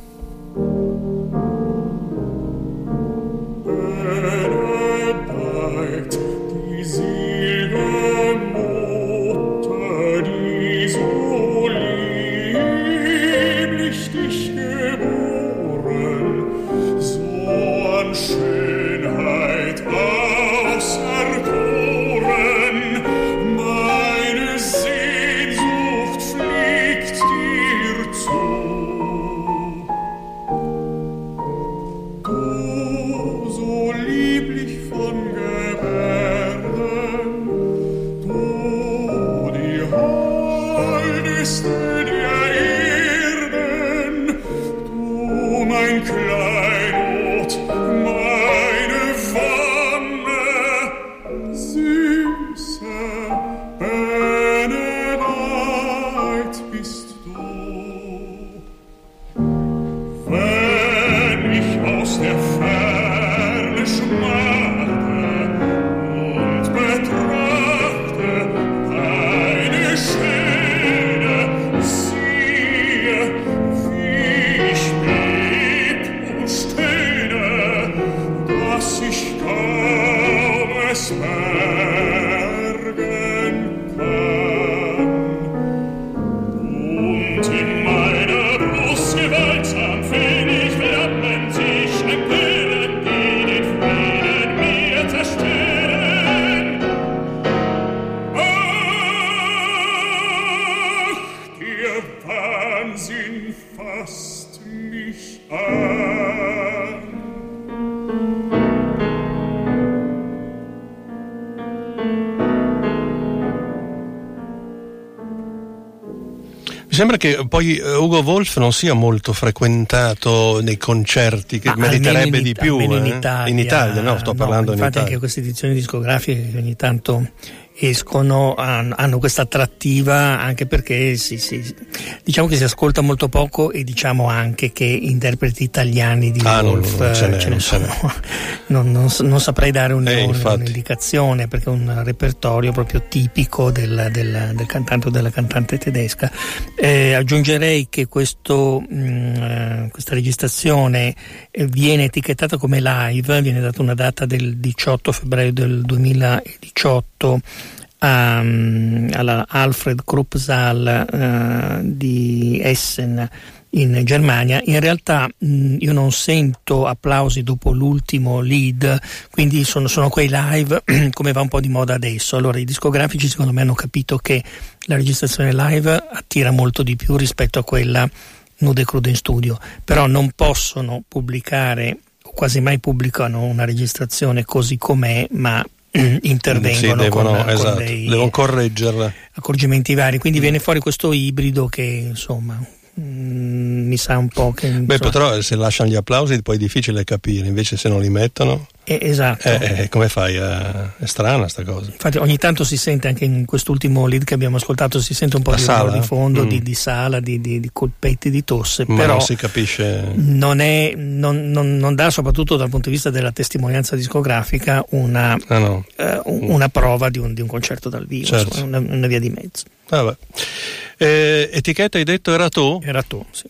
Mi sembra che poi Ugo Wolf non sia molto frequentato nei concerti, che Ma meriterebbe in, di più. In eh? Italia, in Italia, no, sto parlando no, in Italia. Infatti anche queste edizioni discografiche che ogni tanto escono hanno questa attrattiva, anche perché si, si, diciamo che si ascolta molto poco, e diciamo anche che interpreti italiani di ah, Wolf non, non ce, ce ne non sono. Non, non, non saprei dare un, eh, un'indicazione, perché è un repertorio proprio tipico del, del, del cantante o della cantante tedesca. Eh, aggiungerei che questo, mh, questa registrazione viene etichettata come live, viene data una data del diciotto febbraio del duemiladiciotto a, alla Alfred Krupp Saal uh, di Essen in Germania. In realtà mh, io non sento applausi dopo l'ultimo lead, quindi sono, sono quei live come va un po' di moda adesso. Allora i discografici secondo me hanno capito che la registrazione live attira molto di più rispetto a quella nuda e cruda in studio, però non possono pubblicare, o quasi mai pubblicano, una registrazione così com'è, ma intervengono, sì, devono, con, esatto, con dei devono correggerla, accorgimenti vari, quindi mm. viene fuori questo ibrido che insomma Mm, mi sa un po' che beh, però se lasciano gli applausi poi è difficile capire, invece se non li mettono eh, esatto eh, eh, come fai a... è strana sta cosa. Infatti ogni tanto si sente, anche in quest'ultimo lead che abbiamo ascoltato, si sente un po' La di rumore di fondo, mm. di, di sala, di, di, di colpetti di tosse, ma però non si capisce, non, è, non, non, non dà, soprattutto dal punto di vista della testimonianza discografica, una, ah, no. eh, una prova di un, di un concerto dal vivo, certo. insomma, una, una via di mezzo. Ah, eh, etichetta hai detto era tu? Era tu, sì.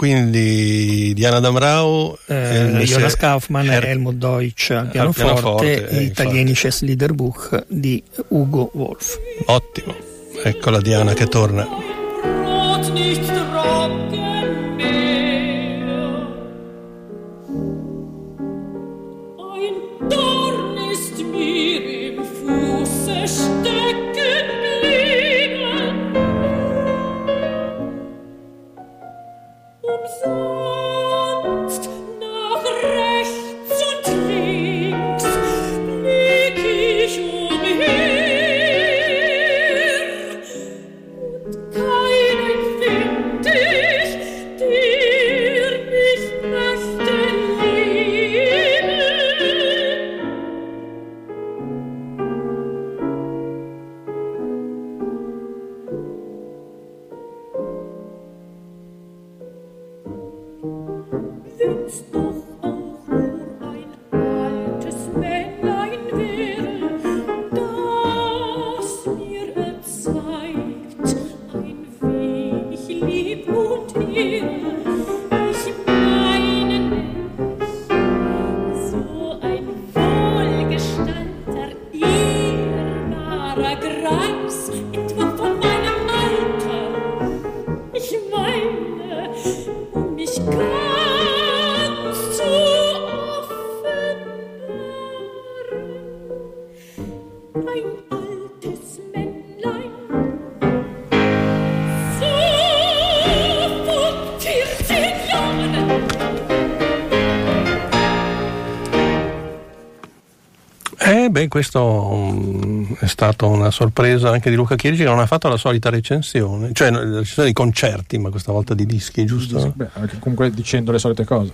Quindi Diana Damrau, eh, Jonas Kaufmann e Helmut Deutsch al pianoforte, al pianoforte e Italienisches Liederbuch di Ugo Wolf. Ottimo, ecco la Diana che torna. Umsonst nach rechts und links blick ich umher, und Eh beh, questo um, è stata una sorpresa anche di Luca Chirici, che non ha fatto la solita recensione, cioè la recensione di concerti, ma questa volta di dischi, giusto? Beh, comunque dicendo le solite cose.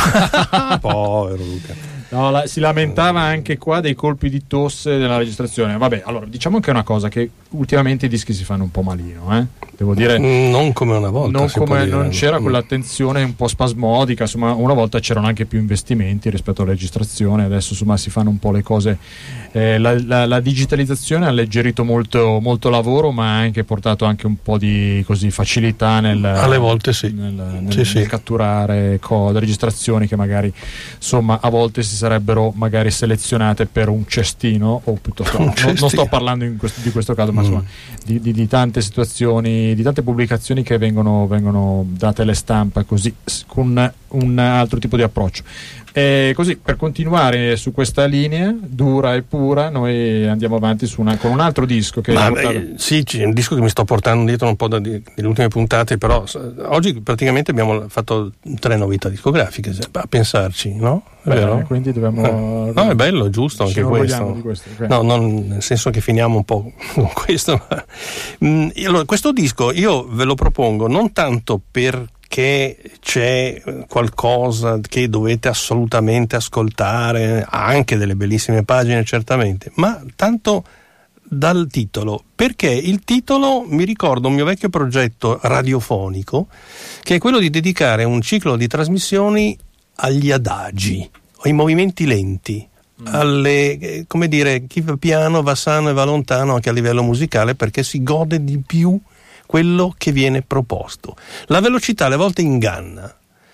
Povero Luca. No, la, si lamentava anche qua dei colpi di tosse nella registrazione. Vabbè, allora diciamo che è una cosa che ultimamente i dischi si fanno un po' malino, eh? Devo dire, non come una volta, non, come, dire, non c'era quell'attenzione un po' spasmodica. Insomma, una volta c'erano anche più investimenti rispetto alla registrazione, adesso insomma si fanno un po' le cose. Eh, la, la, la digitalizzazione ha alleggerito molto, molto lavoro, ma ha anche portato anche un po' di così facilità nel, alle volte sì. nel, nel, sì, nel sì. catturare cose, registrazioni che magari insomma a volte si sarebbero magari selezionate per un cestino o piuttosto no, non, non sto parlando in questo, di questo caso, ma insomma mm. di, di, di tante situazioni, di tante pubblicazioni che vengono, vengono date alle stampa così con un altro tipo di approccio. E così, per continuare su questa linea dura e pura, noi andiamo avanti su una, con un altro disco che Ma, portato... eh, sì, c'è un disco che mi sto portando dietro un po' da, di, delle ultime puntate, però oggi praticamente abbiamo fatto tre novità discografiche, a pensarci, no? È Beh, vero? Quindi dobbiamo... Eh. No, è bello, è giusto anche questo. Di questo okay. No, non, nel senso che finiamo un po' con questo. Ma, mh, allora, questo disco io ve lo propongo non tanto per che c'è qualcosa che dovete assolutamente ascoltare, ha anche delle bellissime pagine certamente, ma tanto dal titolo, perché il titolo mi ricorda un mio vecchio progetto radiofonico, che è quello di dedicare un ciclo di trasmissioni agli adagi, ai movimenti lenti, mm. alle, come dire, chi va piano va sano e va lontano anche a livello musicale, perché si gode di più quello che viene proposto. La velocità alle volte inganna,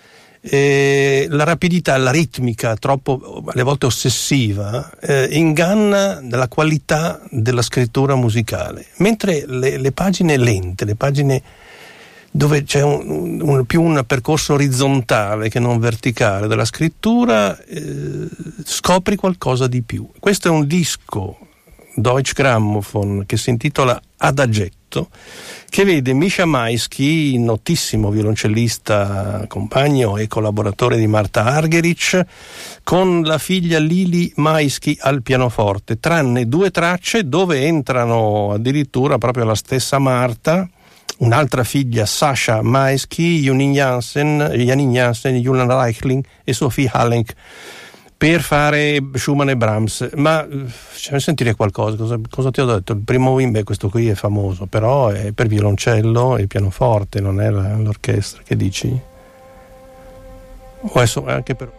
eh, la rapidità, la ritmica troppo alle volte ossessiva eh, inganna la qualità della scrittura musicale, mentre le, le pagine lente, le pagine dove c'è un, un, più un percorso orizzontale che non verticale della scrittura, eh, scopri qualcosa di più. Questo è un disco Deutsche Grammophon che si intitola Adagetto, che vede Misha Maisky, notissimo violoncellista, compagno e collaboratore di Marta Argerich, con la figlia Lili Maisky al pianoforte, tranne due tracce dove entrano addirittura proprio la stessa Marta, un'altra figlia Sasha Maisky, Janine Jansen, Janine Jansen, Julian Reichling e Sophie Hallenk, per fare Schumann e Brahms. Ma facciamo sentire qualcosa. Cosa, cosa ti ho detto? Il primo movimento, questo qui è famoso, però è per violoncello e pianoforte, non è la, l'orchestra. Che dici? O adesso anche per...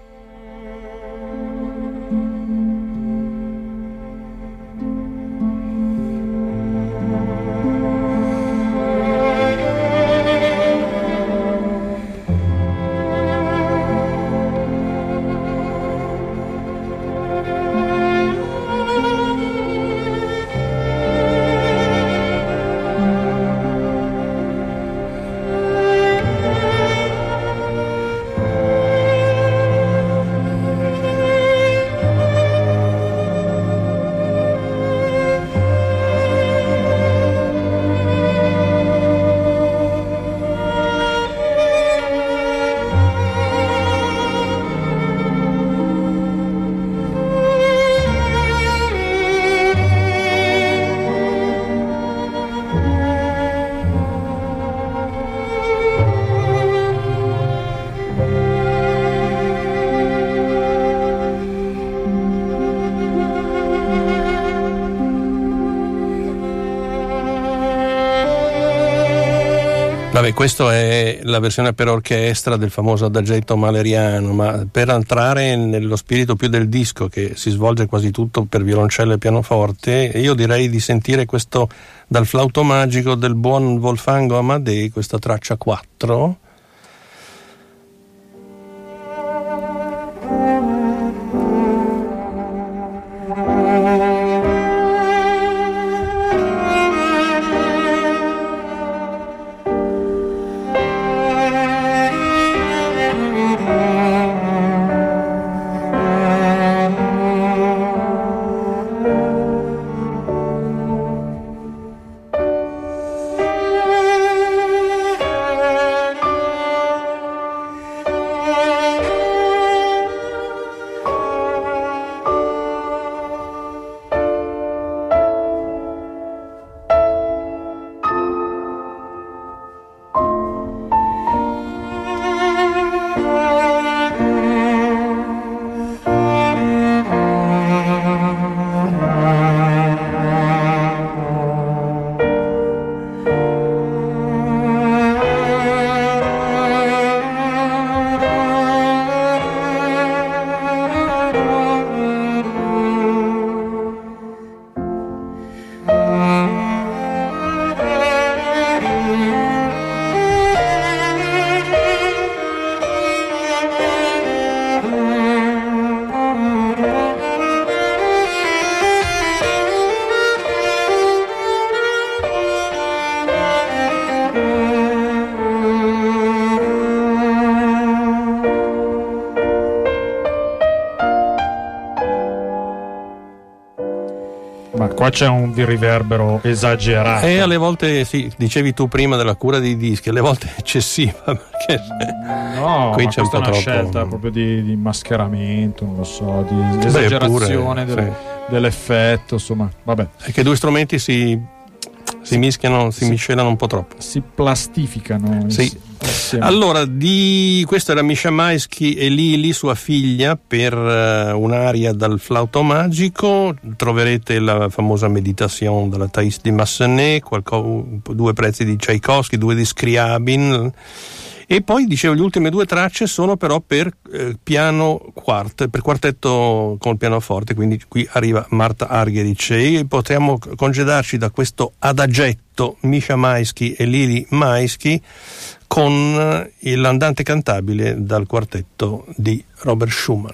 Vabbè, questa è la versione per orchestra del famoso adagetto mahleriano, ma per entrare nello spirito più del disco, che si svolge quasi tutto per violoncello e pianoforte, io direi di sentire questo dal flauto magico del buon Wolfgango Amadei, questa traccia quattro. Ma qua c'è un riverbero esagerato. E alle volte, sì, dicevi tu prima della cura dei dischi, alle volte è eccessiva, perché no, qui ma c'è un po' questa è una troppo scelta proprio di, di mascheramento, non lo so, di esagerazione pure, del, sì. dell'effetto, insomma, vabbè. È che due strumenti si, si mischiano, si sì. miscelano un po' troppo. Si plastificano. Sì. Insieme. Allora, di questo era Misha Maisky e Lili, sua figlia, per uh, un'aria dal flauto magico. Troverete la famosa Méditation della Thais de Massenet, qualco, due pezzi di Tchaikovsky, due di Scriabin. E poi, dicevo, le ultime due tracce sono però per eh, piano quart, per quartetto col pianoforte, quindi qui arriva Marta Argerich e potremmo congedarci da questo adagetto Misha Maisky e Lili Maisky con l'andante cantabile dal quartetto di Robert Schumann.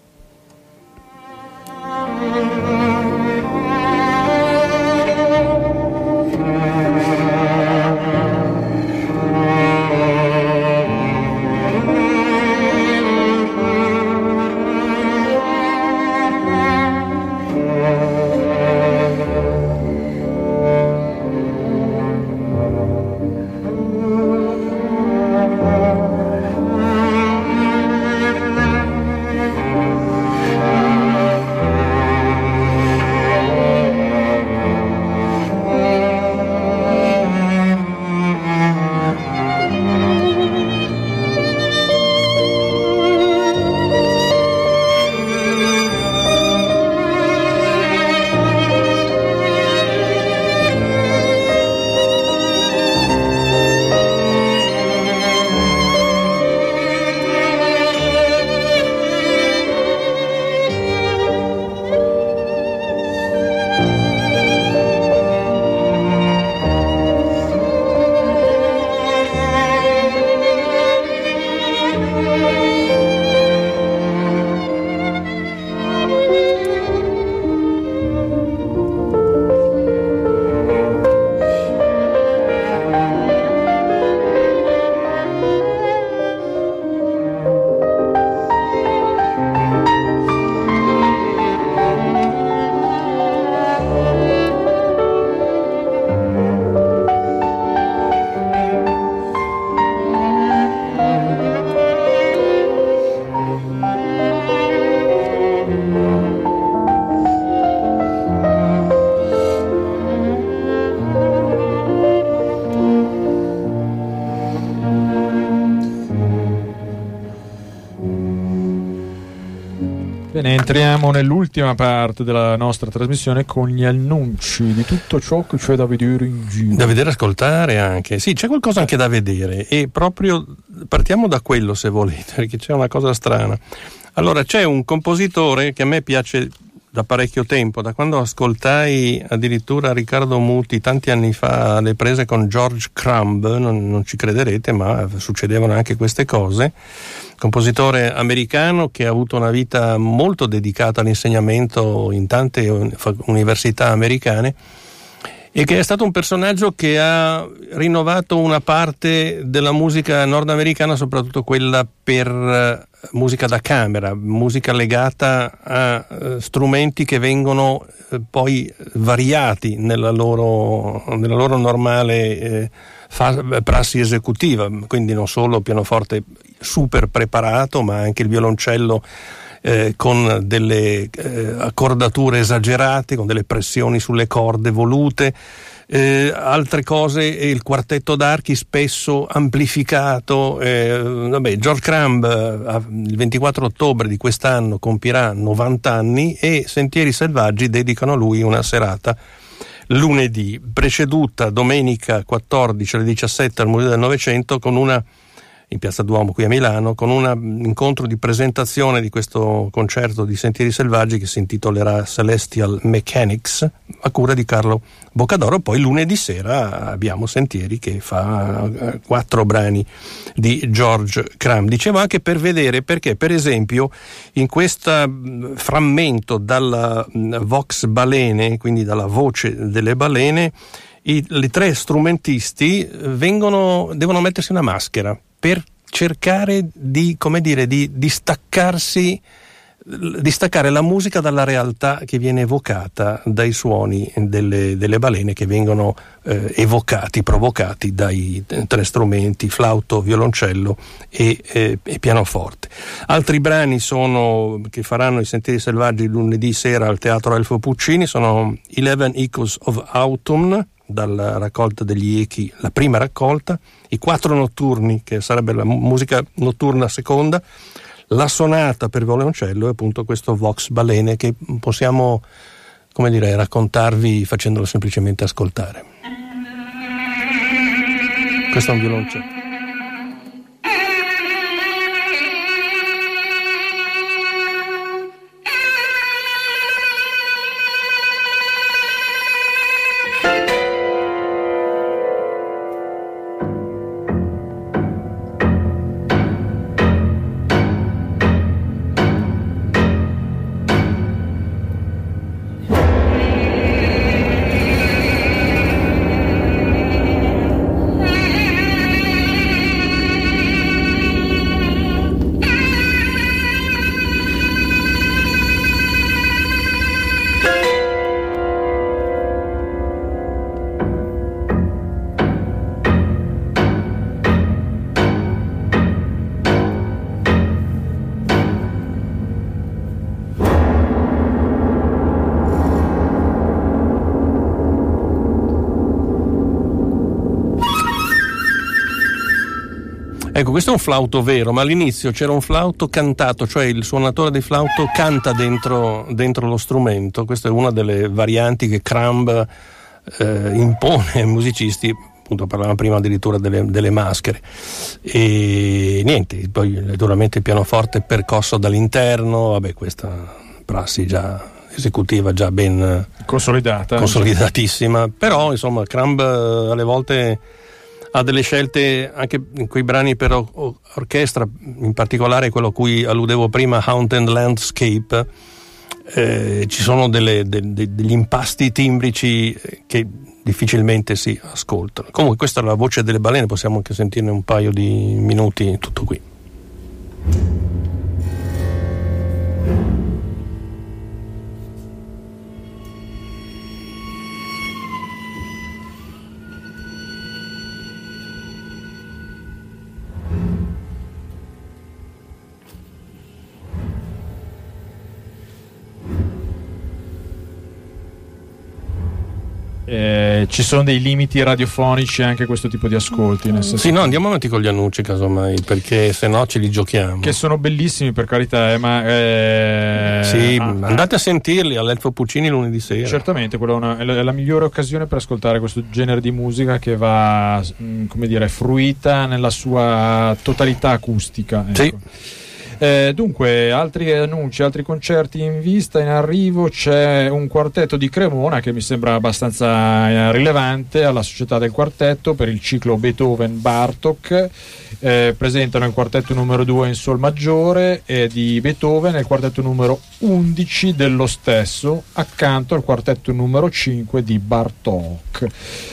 Bene, entriamo nell'ultima parte della nostra trasmissione con gli annunci di tutto ciò che c'è da vedere in giro. Da vedere e ascoltare anche. Sì, c'è qualcosa anche da vedere e proprio partiamo da quello, se volete, perché c'è una cosa strana. Allora, c'è un compositore che a me piace da parecchio tempo, da quando ascoltai addirittura Riccardo Muti tanti anni fa alle prese con George Crumb, non, non ci crederete, ma succedevano anche queste cose. Compositore americano che ha avuto una vita molto dedicata all'insegnamento in tante università americane e che è stato un personaggio che ha rinnovato una parte della musica nordamericana, soprattutto quella per musica da camera, musica legata a uh, strumenti che vengono uh, poi variati nella loro, nella loro normale eh, fa- prassi esecutiva, quindi non solo pianoforte super preparato, ma anche il violoncello eh, con delle eh, accordature esagerate, con delle pressioni sulle corde volute. Eh, altre cose, il quartetto d'archi spesso amplificato. eh, vabbè, George Crumb eh, il ventiquattro ottobre di quest'anno compirà novanta anni e Sentieri Selvaggi dedicano a lui una serata lunedì, preceduta domenica quattordici alle diciassette al Museo del Novecento con una in Piazza Duomo qui a Milano, con un incontro di presentazione di questo concerto di Sentieri Selvaggi che si intitolerà Celestial Mechanics a cura di Carlo Boccadoro. Poi lunedì sera abbiamo Sentieri che fa quattro brani di George Crumb. Dicevo anche per vedere perché, per esempio, in questo frammento dalla Vox Balene, quindi dalla voce delle balene, i, i tre strumentisti vengono, devono mettersi una maschera per cercare di, come dire, di, di staccarsi distaccare la musica dalla realtà che viene evocata dai suoni delle, delle balene, che vengono eh, evocati, provocati dai tre strumenti, flauto, violoncello e, eh, e pianoforte. Altri brani sono, che faranno i Sentieri Selvaggi lunedì sera al Teatro Elfo Puccini, sono Eleven Echoes of Autumn, dalla raccolta degli echi, la prima raccolta, i Quattro Notturni, che sarebbe la musica notturna seconda, la sonata per violoncello e appunto questo Vox Balene, che possiamo, come dire, raccontarvi facendolo semplicemente ascoltare. Questo è un violoncello. Ecco, questo è un flauto vero, ma all'inizio c'era un flauto cantato, cioè il suonatore del flauto canta dentro, dentro lo strumento. Questa è una delle varianti che Crumb eh, impone ai musicisti. Appunto, parlavamo prima addirittura delle, delle maschere. E niente, poi naturalmente il pianoforte percosso dall'interno, vabbè, questa prassi già esecutiva già ben consolidata, consolidatissima, però insomma Crumb alle volte ha delle scelte anche in quei brani per or- orchestra, in particolare quello a cui alludevo prima, Haunted Landscape. Eh, ci sono delle, de, de, degli impasti timbrici che difficilmente si ascoltano. Comunque questa è la voce delle balene, possiamo anche sentirne un paio di minuti, tutto qui. Eh, ci sono dei limiti radiofonici anche a questo tipo di ascolti, nel senso sì, no, andiamo avanti con gli annunci casomai, perché se no ce li giochiamo, che sono bellissimi, per carità, eh, ma eh, sì, ah, andate a sentirli all'Elfo Puccini lunedì sera. Certamente, quella è, una, è la migliore occasione per ascoltare questo genere di musica che va, mh, come dire, fruita nella sua totalità acustica, ecco. Sì. Eh, dunque, altri annunci, altri concerti in vista, in arrivo. C'è un quartetto di Cremona che mi sembra abbastanza eh, rilevante, alla Società del Quartetto per il ciclo Beethoven-Bartók. Eh, presentano il quartetto numero due in sol maggiore eh, di Beethoven e il quartetto numero undici dello stesso, accanto al quartetto numero cinque di Bartók.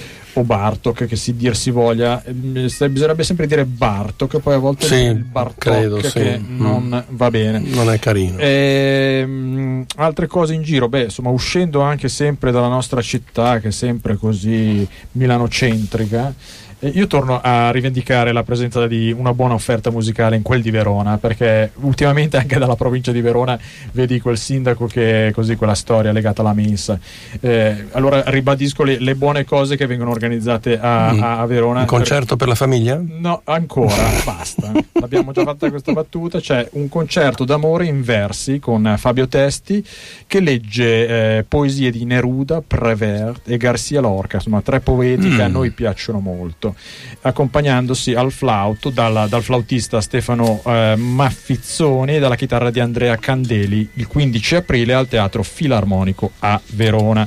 O Bartók, che si dir si voglia, bisognerebbe sempre dire Bartók, poi a volte sì, il Bartók, credo, che sì. non mm. va bene, non è carino. E, mh, altre cose in giro, beh, insomma, uscendo anche sempre dalla nostra città, che è sempre così milanocentrica, io torno a rivendicare la presenza di una buona offerta musicale in quel di Verona, perché ultimamente anche dalla provincia di Verona vedi quel sindaco che è così, quella storia legata alla mensa. Eh, allora ribadisco le, le buone cose che vengono organizzate a, mm. a Verona. Un concerto per... per la famiglia? No, ancora, basta. Abbiamo già fatto questa battuta. C'è un concerto d'amore in versi con Fabio Testi, che legge eh, poesie di Neruda, Prévert e Garcia Lorca, insomma tre poeti mm. che a noi piacciono molto, accompagnandosi al flauto dalla, dal flautista Stefano eh, Maffizzoni e dalla chitarra di Andrea Candeli, il quindici aprile al Teatro Filarmonico a Verona.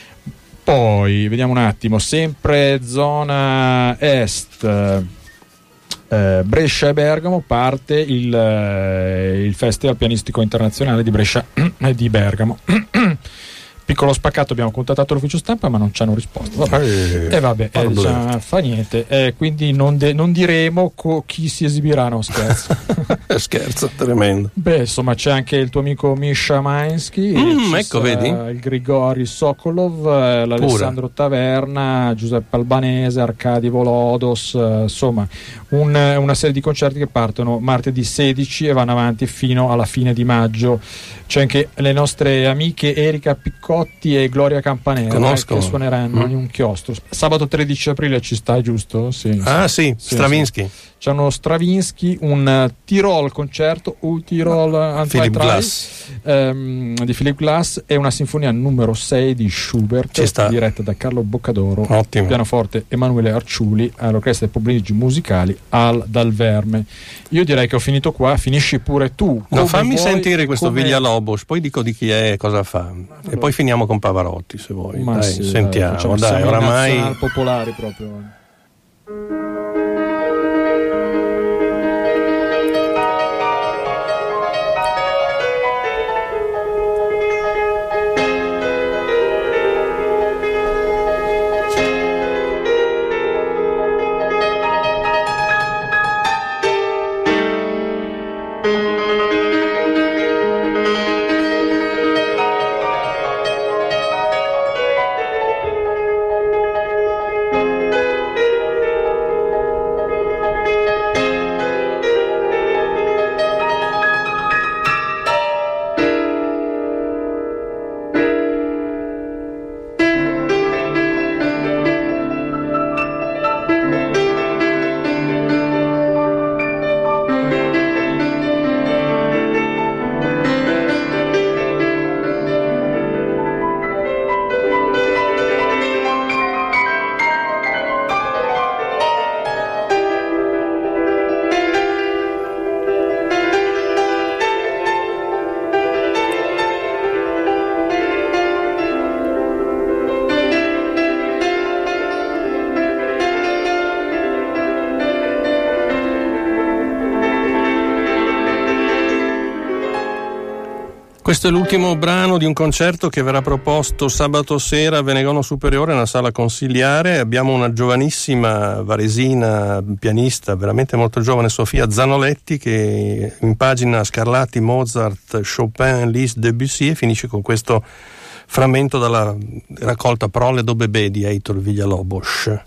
Poi vediamo un attimo, sempre zona est, eh, Brescia e Bergamo, parte il, eh, il Festival Pianistico Internazionale di Brescia e di Bergamo. Piccolo spaccato, abbiamo contattato l'ufficio stampa ma non ci hanno risposto. Vabbè. E eh, vabbè, eh, diciamo, fa niente. Eh, quindi non, de- non diremo co- chi si esibirà, no scherzo. Scherzo, tremendo. Beh, insomma, c'è anche il tuo amico Misha Mainsky, mm, ecco, vedi? Il Grigori Sokolov, eh, l'Alessandro Pura. Taverna, Giuseppe Albanese, Arcadi Volodos, eh, insomma, un, una serie di concerti che partono martedì sedici e vanno avanti fino alla fine di maggio. C'è anche le nostre amiche Erika Piccotti e Gloria Campanella eh, che suoneranno mm. in un chiostro. Sabato tredici aprile ci sta, giusto? Sì, ah sì, sì Stravinsky. Sì. C'è uno Stravinsky, un uh, Tirol concerto, un Tirol uh, Philip Glass. Um, di Philip Glass e una sinfonia numero sei di Schubert diretta da Carlo Boccadoro. Ottimo. Pianoforte Emanuele Arciuli, all'orchestra dei Pomeriggi Musicali al Dal Verme. Io direi che ho finito qua, finisci pure tu. No, fammi vuoi, sentire questo come... Villalobos, poi dico di chi è e cosa fa. Allora. E poi finiamo con Pavarotti se vuoi. Ma dai, sì, sentiamo, dai, dai, oramai popolari proprio. Questo è l'ultimo brano di un concerto che verrà proposto sabato sera a Venegono Superiore, nella sala consiliare. Abbiamo una giovanissima varesina pianista, veramente molto giovane, Sofia Zanoletti, che impagina Scarlatti, Mozart, Chopin, Liszt, Debussy e finisce con questo frammento dalla raccolta Prole do Bebè di Heitor Villalobos.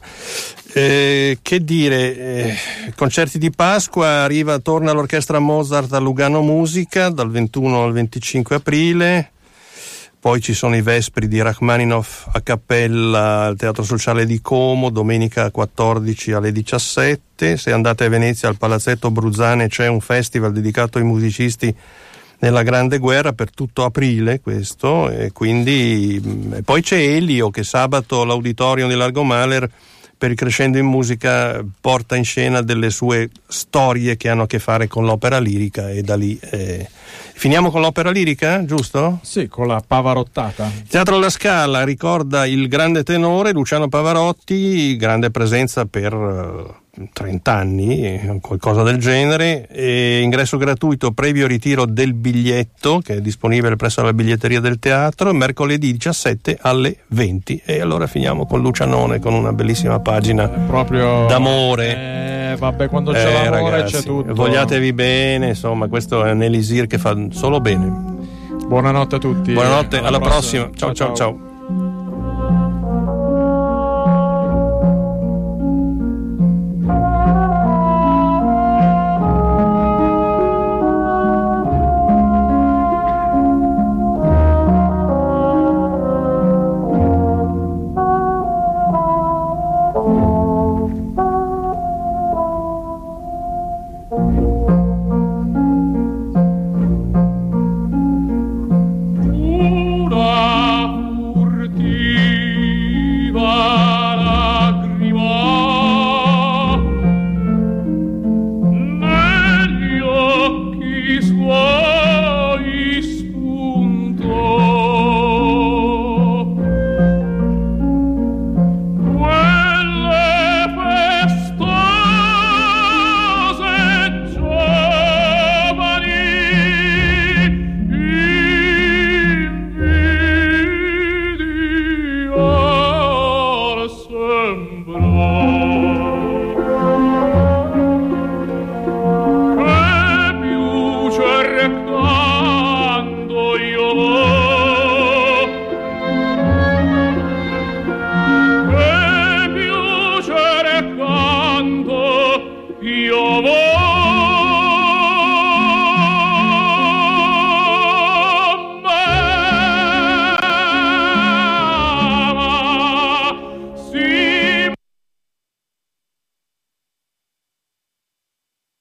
Eh, che dire, eh, concerti di Pasqua, arriva, torna l'orchestra Mozart a Lugano Musica dal ventuno al venticinque aprile, poi ci sono i Vespri di Rachmaninoff a cappella al Teatro Sociale di Como domenica quattordici alle diciassette. Se andate a Venezia al Palazzetto Bruzzane c'è un festival dedicato ai musicisti nella Grande Guerra per tutto aprile, questo, e quindi e poi c'è Elio che sabato all'Auditorium di Largo Mahler per il Crescendo in Musica porta in scena delle sue storie che hanno a che fare con l'opera lirica, e da lì eh... finiamo con l'opera lirica, giusto? Sì, con la Pavarottata. Il Teatro alla Scala ricorda il grande tenore Luciano Pavarotti, grande presenza per uh, trenta anni, qualcosa del genere, e ingresso gratuito previo ritiro del biglietto che è disponibile presso la biglietteria del teatro mercoledì diciassette alle venti. E allora finiamo con Lucianone, con una bellissima pagina proprio d'amore. Eh, vabbè, quando c'è eh, l'amore ragazzi, c'è tutto. Vogliatevi bene, insomma, questo è un elisir che fa solo bene. Buonanotte a tutti. Buonanotte, alla, alla prossima. prossima. Ciao ciao ciao. ciao.